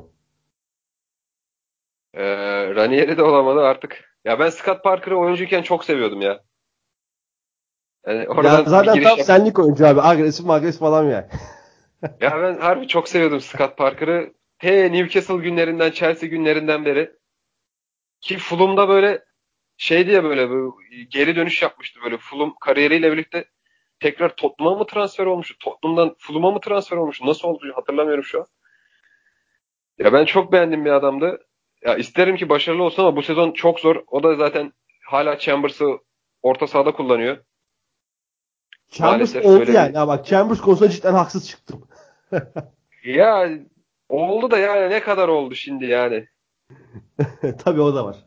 Ee, Ranieri de olamadı artık. Ya ben Scott Parker'ı oyuncuyken çok seviyordum ya. Yani Ya oradan bir zaten giriş tam yap. senlik oyuncu abi. Agresif agresif falan yani. Ya ben harbi çok seviyordum Scott Parker'ı. T Newcastle günlerinden, Chelsea günlerinden beri. Ki Fulham'da böyle şeydi ya, böyle, böyle geri dönüş yapmıştı böyle. Fulham kariyeriyle birlikte tekrar Tottenham'a mı transfer olmuştu? Tottenham'dan Fulham'a mı transfer olmuştu? Nasıl oldu hatırlamıyorum şu an. Ya ben çok beğendiğim bir adamdı. Ya isterim ki başarılı olsun ama bu sezon çok zor. O da zaten hala Chambers'ı orta sahada kullanıyor. Chambers Maalesef oldu böyle bir, yani. Ha bak Chambers konusunda cidden haksız çıktım. ya oldu da yani ne kadar oldu şimdi yani. Tabii o da var.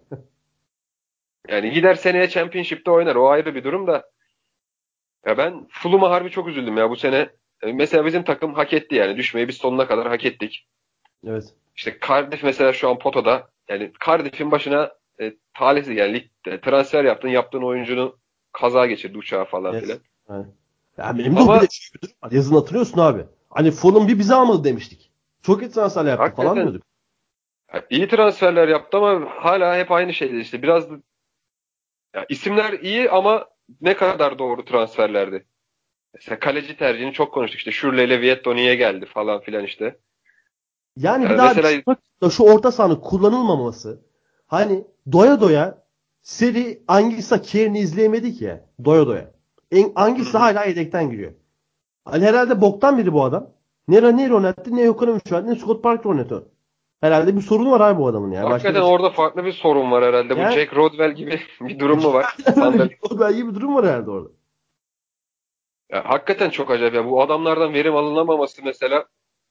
Yani gider seneye Championship'te oynar. O ayrı bir durum da. Ya ben Fulham'a harbi çok üzüldüm ya bu sene. E, Mesela bizim takım hak etti yani. Düşmeyi biz sonuna kadar hak ettik. Evet. İşte Cardiff mesela şu an potada. Yani Cardiff'in başına e, talihsiz yani ligde transfer yaptın. Yaptığın oyuncunu kaza geçirdi, uçağı falan Yes. filan. Evet. Ya Memduh bir de Ama şöyle bir durum var. Yazın hatırlıyorsun abi. Hani Fulham bir bize almadı demiştik. Çok iyi transferler yaptı falan hakikaten diyorduk. ya iyi transferler yaptı ama hala hep aynı şeydi işte. Biraz da- ya isimler iyi ama ne kadar doğru transferlerdi. Mesela kaleci tercihini çok konuştuk işte. Şurle ile Vietto niye geldi falan filan işte. Yani bir Yani daha bir mesela şu, şu orta sahanın kullanılmaması, hani doya doya seri Angisa Kieran'ı izleyemedik ya. Doya doya. En, hı Angisa hı. hala yedekten giriyor. Hani herhalde boktan biri bu adam. Ne Ranieri oynattı, ne Yokonovic oynattı, ne Scott Parker oynattı. Herhalde bir sorunu var abi bu adamın ya. Başka Hakikaten bir şey. orada farklı bir sorun var herhalde. Bu Yani Jack Rodwell gibi bir durum mu var? öyle Sandal. bir Rodwell gibi bir durum var herhalde orada. Ya, hakikaten çok acayip ya. Bu adamlardan verim alınamaması mesela,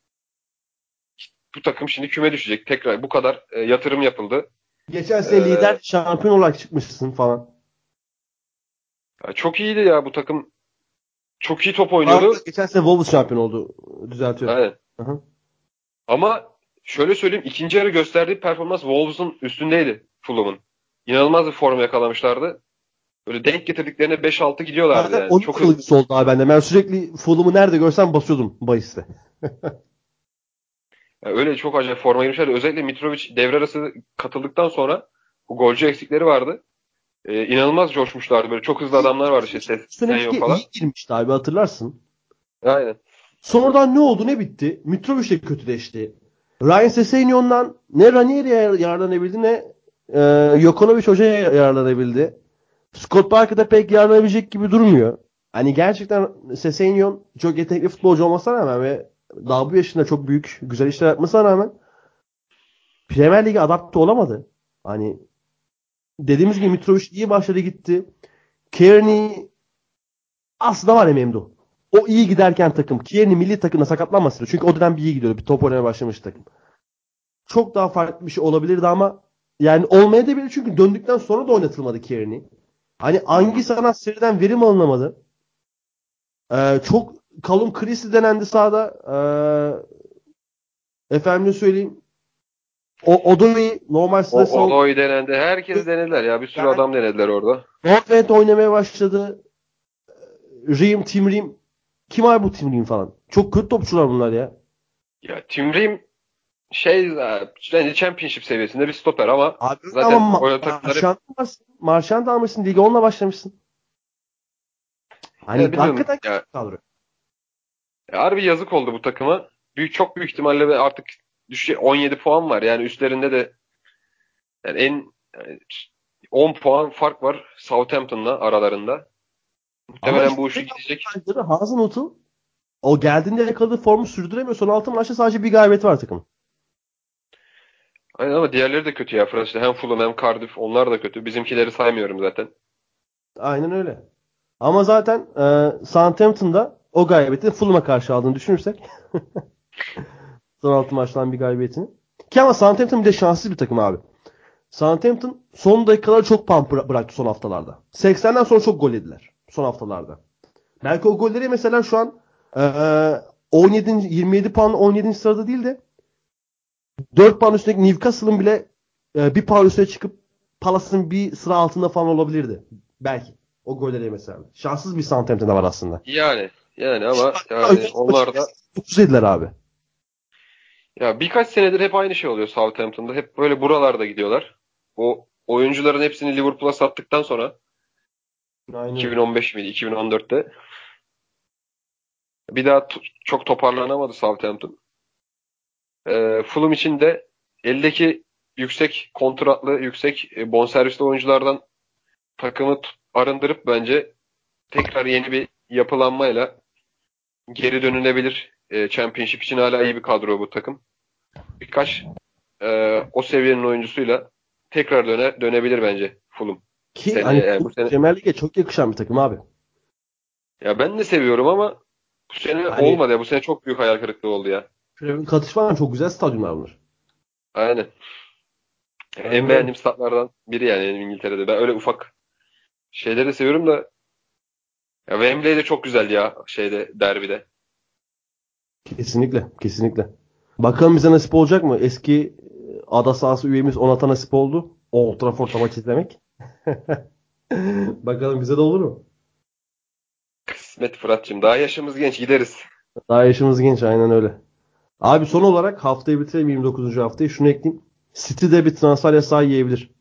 bu takım şimdi küme düşecek. Tekrar bu kadar e, yatırım yapıldı. Geçen sene E, lider şampiyon olarak çıkmışsın falan. ya çok iyiydi ya bu takım. Çok iyi top Pardon, oynuyordu. geçen sene Wolves şampiyon oldu. Düzeltiyorum. Aynen. Hı hı. Ama şöyle söyleyeyim, ikinci yarı gösterdiği performans Wolves'un üstündeydi Fulham'ın. İnanılmaz bir form yakalamışlardı. Böyle denk getirdiklerine beş altı gidiyorlardı Zaten yani. onun Çok hızlı. yanılgısı oldu abi bende. Ben sürekli Fulham'ı nerede görsem basıyordum bahiste. Ya öyle çok acayip forma girmişlerdi. Özellikle Mitrovic devre arası katıldıktan sonra bu golcü eksikleri vardı. Ee, inanılmaz coşmuşlardı böyle. Çok hızlı adamlar vardı işte Bu sene Sesenyo lige falan. iyi girmişti abi, hatırlarsın. Aynen. Sonradan ne oldu ne bitti? Mitrovic de kötüleşti. Ryan Sessegnon ne Ranieri'ye yararlanabildi ne e, Jokanovic hocaya yararlanabildi. Scott Parker da pek yararlanabilecek gibi durmuyor. Hani gerçekten Sessegnon çok yetenekli futbolcu olmasına rağmen ve daha bu yaşında çok büyük güzel işler yapmasına rağmen Premier Lig'e adapte olamadı. Hani dediğimiz gibi Mitrovic iyi başladı gitti. Kearney aslında var ya Memdu. O iyi giderken takım. Kearney milli takımda sakatlanmasın. Çünkü o dönem bir iyi gidiyordu. Bir top oynamaya başlamış takım. Çok daha farklı bir şey olabilirdi ama yani olmayabilir çünkü döndükten sonra da oynatılmadı Kearney. Hani Hı hı. hangi sanat seriden verim alınamadı. Ee, çok Callum Christie denendi sahada. Ee, efendim söyleyeyim. O Odoi normal O sırası oldu. Odoy denendi. Herkes denediler ya. Bir sürü Yani adam denediler orada. Northland oynamaya başladı. Ream, Tim Ream. Kim var bu Tim Ream falan? Çok kötü topçular bunlar ya. Ya Tim Ream şey e, yani Championship seviyesinde bir stoper ama Abi öyle zaten ama o takımlar hep Marşan varsın. Marşan da almışsın. Ligi onunla başlamışsın. Hani ya bilmiyorum hakikaten ya, kadro. ya harbi yazık oldu bu takıma. Büyük çok büyük ihtimalle ve artık düşe on yedi puan var. Yani üstlerinde de yani en yani on puan fark var Southampton'la aralarında. Ama Muhtemelen işte bu üçlü tek gidecek. avantajları Hazenhut'un o geldiğinde yakaladığı formu sürdüremiyor. Son altı maçta sadece bir galibiyeti var takım. Aynen ama diğerleri de kötü ya Fransa'da. Hem Fulham hem Cardiff onlar da kötü. Bizimkileri saymıyorum zaten. Aynen öyle. Ama zaten e, Southampton'da o galibiyeti Fulham'a karşı aldığını düşünürsek son altı maçtan bir galibiyetini. Ki ama Southampton bir de şanssız bir takım abi. Southampton son dakikaları çok pump bıra- bıraktı son haftalarda. seksenden sonra çok gol yediler son haftalarda. Belki o golleri mesela şu an e, on yedinci yirmi yedi puan on yedinci sırada değil de dört puan üstündeki Newcastle'ın bile e, bir puan üstüne çıkıp Palace'ın bir sıra altında falan olabilirdi. Belki. O golleri mesela. Şanssız bir Southampton'da var aslında. Yani yani ama yani Önceki maçı onlar da dokuz yediler abi. ya birkaç senedir hep aynı şey oluyor Southampton'da. Hep böyle buralarda gidiyorlar. O oyuncuların hepsini Liverpool'a sattıktan sonra Aynen öyle. iki bin on beş miydi iki bin on dörtte bir daha t- çok toparlanamadı Southampton. Ee, Fulham için de eldeki yüksek kontratlı, yüksek e, bonservisli oyunculardan takımı t- arındırıp bence tekrar yeni bir yapılanmayla geri dönülebilir. E, Championship için hala iyi bir kadro bu takım. Birkaç e, o seviyenin oyuncusuyla tekrar döne, dönebilir bence Fulham. Ki Seneye hani yani bu sene Premier Lig'e çok yakışan bir takım abi. ya ben de seviyorum ama bu sene Hani olmadı ya. Bu sene çok büyük hayal kırıklığı oldu ya. Craven Cottage falan çok güzel stadyumlar bunlar. Aynen. En Aynen öyle. beğendiğim statlardan biri yani İngiltere'de. Ben öyle ufak şeyleri de seviyorum da ya Wembley de çok güzeldi ya şeyde derbide. Kesinlikle. Kesinlikle. Bakalım bize nasip olacak mı? Eski e, ada sahası üyemiz Onat'a nasip oldu. Old Trafford'da maç izlemek. Bakalım bize de olur mu? Kısmet Fırat'cığım. Daha yaşımız genç gideriz. Daha yaşımız genç, aynen öyle. Abi son olarak haftayı bitirelim, yirmi dokuzuncu haftayı. Şunu ekleyeyim. City'de bir transfer yasağı yiyebilir.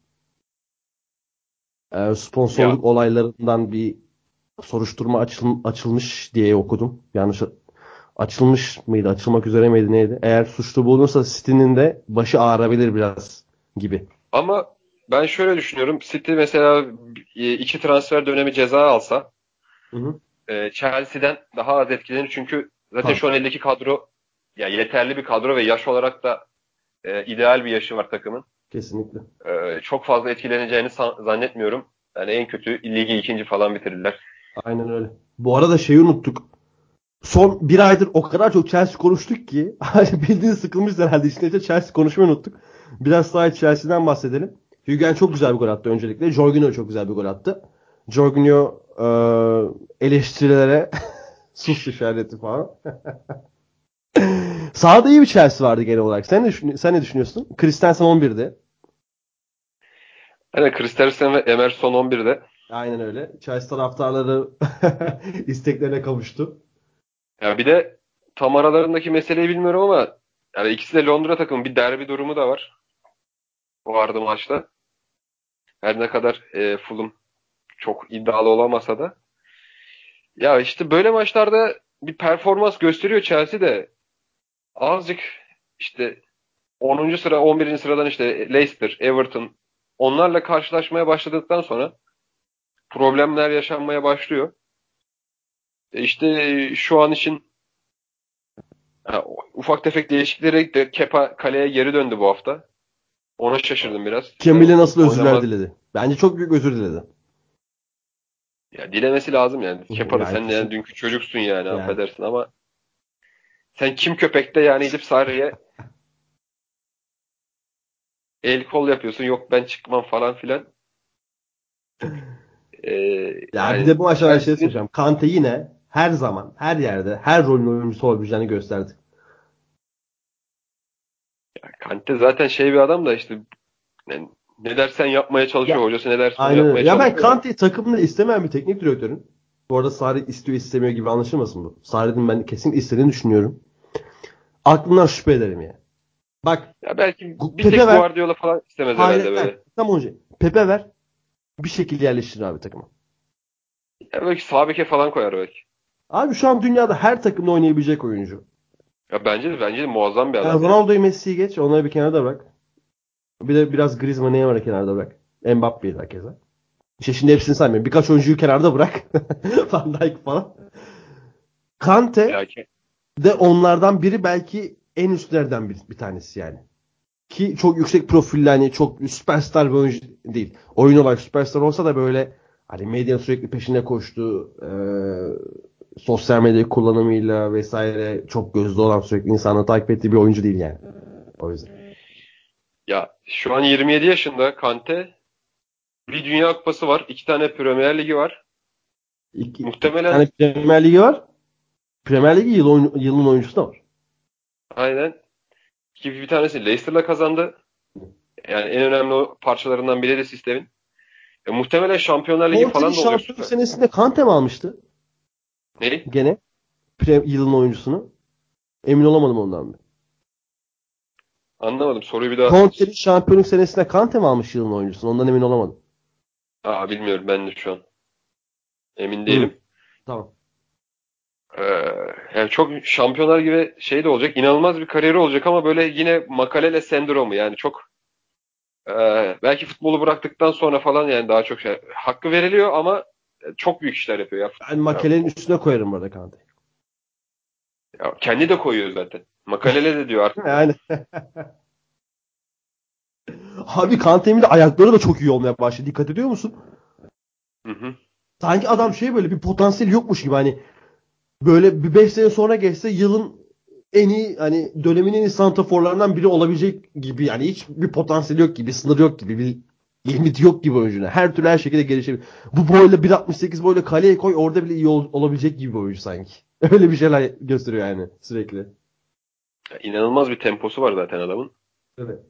Ee, Ya sponsorluk olaylarından bir soruşturma açıl- açılmış diye okudum. Yanlış açılmış mıydı? Açılmak üzere miydi? Neydi? Eğer suçlu bulunursa City'nin de başı ağrabilir biraz gibi. ama ben şöyle düşünüyorum. City mesela e, iki transfer dönemi ceza alsa Hı hı. e, Chelsea'den daha az etkilenir. Çünkü zaten Tabii. şu an eldeki kadro ya yeterli bir kadro ve yaş olarak da e, ideal bir yaşı var takımın. Kesinlikle. E, çok fazla etkileneceğini san- zannetmiyorum. Yani en kötü ligi ikinci falan bitirirler. Aynen öyle. Bu arada şeyi unuttuk. Son bir aydır o kadar çok Chelsea konuştuk ki bildiğiniz sıkılmışlar herhalde. İşte Chelsea konuşmayı unuttuk. Biraz sadece Chelsea'den bahsedelim. Hügen çok güzel bir gol attı öncelikle. Jorginho çok güzel bir gol attı. Jorginho e, eleştirilere sus işareti falan. Sahada iyi bir Chelsea vardı genel olarak. Sen ne, düşün- sen ne düşünüyorsun? Christensen on birde. Yani Christensen ve Emerson on birde. Aynen öyle. Chelsea taraftarları isteklerine kavuştu. Ya bir de tam aralarındaki meseleyi bilmiyorum ama Yani ikisi de Londra takımı. Bir derbi durumu da var. Vardı maçta. Her ne kadar e, Fulham çok iddialı olamasa da. Ya işte böyle maçlarda bir performans gösteriyor Chelsea de. Azıcık işte onuncu sıra, on birinci sıradan işte Leicester, Everton onlarla karşılaşmaya başladıktan sonra problemler yaşanmaya başlıyor. E işte şu an için ha, ufak tefek değişikliklere gitti. Kepa kaleye geri döndü bu hafta. Ona şaşırdım biraz. Kim bilir nasıl özürler Oynamaz. diledi. Bence çok büyük özür diledi. Ya dilemesi lazım yani. Kepa da Yani sen de yani kesin. dünkü çocuksun yani, Yani. affedersin ama sen kim köpekte yani gidip Sarri'ye el kol yapıyorsun. Yok ben çıkmam falan filan. Ee, Ya bir yani de bu maçta ben şey Chelsea'nin söyleyeceğim. Kante yine her zaman, her yerde, her rolün oyuncusu olabileceğini gösterdi. Kante zaten şey bir adam da işte yani ne dersen yapmaya çalışıyor. Ya Hocası ne derse onu aynen öyle. yapmaya Ya ben çalışıyor da. Kante'yi takımda istemeyen bir teknik direktörün. Bu arada Sarri istiyor istemiyor gibi anlaşılmasın bu. Sarri'nin ben kesin istediğini düşünüyorum. Aklımdan şüphe ederim ya. Bak Ya belki Gu- bir Pepe tek ver. Guardiola falan istemez Hayır, herhalde hayır. böyle. Tam önce. Pepe ver. Bir şekilde yerleştirir abi takıma. Ya belki sağ beke falan koyar belki. Abi şu an dünyada her takımda oynayabilecek oyuncu. Ya bence de bence de muazzam bir Yani adam yani. Ronaldo'yu Messi'yi geç. Onları bir kenarda bırak. Bir de biraz Griezmann'ı Neymar'ı kenarda bırak. Mbappe'yi de keza. İşte şimdi hepsini saymıyorum. Birkaç oyuncuyu kenarda bırak. Van Dijk falan. Kante Ya ki- de onlardan biri, belki en üstlerden bir, bir tanesi yani. Ki çok yüksek profilli, hani çok süperstar bir oyuncu değil. Oyun olarak süperstar olsa da böyle hani medyanın sürekli peşinde koştuğu, e, sosyal medya kullanımıyla vesaire çok gözde olan, sürekli insanları takip ettiği bir oyuncu değil yani. O yüzden. ya şu an yirmi yedi yaşında Kante. Bir Dünya Kupası var. İki tane Premier Ligi var. İki, iki Muhtemelen tane Premier Ligi var. Premier Ligi yıl oyun- yılın oyuncusu da var. aynen. Ki bir tanesi Leicester'la kazandı. Yani en önemli o parçalarından biri de sistemin. E, muhtemelen Şampiyonlar Ligi Conte'nin falan da olacak. şampiyonluk senesinde Kante mi almıştı? Ne? Gene. Pre- yılın oyuncusunu. Emin olamadım ondan bir. Anlamadım. Soruyu bir daha. Conte'nin şampiyonluk senesinde Kante mi almış yılın oyuncusunu? Ondan emin olamadım. Aa, bilmiyorum ben de şu an. Emin Hı, değilim. tamam. Ee, yani çok şampiyonlar gibi şey de olacak. İnanılmaz bir kariyeri olacak ama böyle yine Makalele sendromu yani çok e, belki futbolu bıraktıktan sonra falan yani daha çok şey hakkı veriliyor ama çok büyük işler yapıyor ya. Ben Ya, Makele'nin üstüne koyarım burada Kante'yi. ya kendi de koyuyor zaten. Makalele de diyor artık. Yani. Abi Kante'nin de ayakları da çok iyi olmaya başladı. Dikkat ediyor musun? Hı hı. Sanki adam şey, böyle bir potansiyel yokmuş gibi, hani böyle bir beş sene sonra geçse yılın en iyi, hani dönemin en iyi santraforlarından biri olabilecek gibi, yani hiç bir potansiyel yok gibi, sınır yok gibi, bir limit yok gibi oyuncuna. Her türlü her şekilde gelişebilir. Bu boyla bir altmış sekiz boyla kaleye koy, orada bile iyi ol- olabilecek gibi bir oyuncu sanki. Öyle bir şeyler gösteriyor yani sürekli. Ya, İnanılmaz bir temposu var zaten adamın. Evet.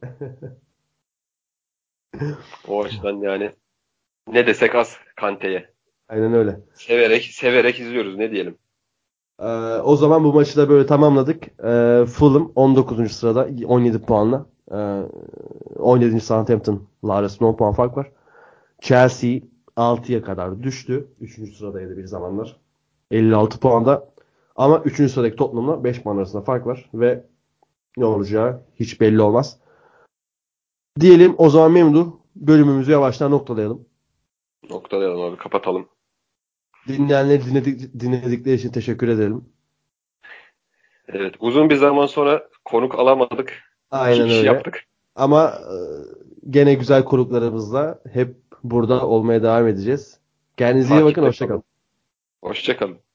O açıdan yani ne desek az Kante'ye. Aynen öyle. Severek severek izliyoruz ne diyelim. Ee, o zaman bu maçı da böyle tamamladık. Ee, Fulham on dokuzuncu sırada on yedi puanla. Ee, on yedinci Southampton'la arasında on puan fark var. Chelsea altıya kadar düştü. üçüncü sıradaydı bir zamanlar. elli altı puanda. Ama üçüncü sıradaki Tottenham'la beş puan arasında fark var. Ve ne olacağı hiç belli olmaz. Diyelim o zaman Memduh, bölümümüzü yavaştan noktalayalım. Noktalayalım abi, kapatalım. Dinleyenleri dinledik, dinledikleri için teşekkür ederim. Evet, uzun bir zaman sonra konuk alamadık. İki Aynen kişi öyle. yaptık. Ama e, gene güzel konuklarımızla hep burada olmaya devam edeceğiz. Kendinize iyi bakın. Takipte Hoşça kalın. kalın. Hoşça kalın.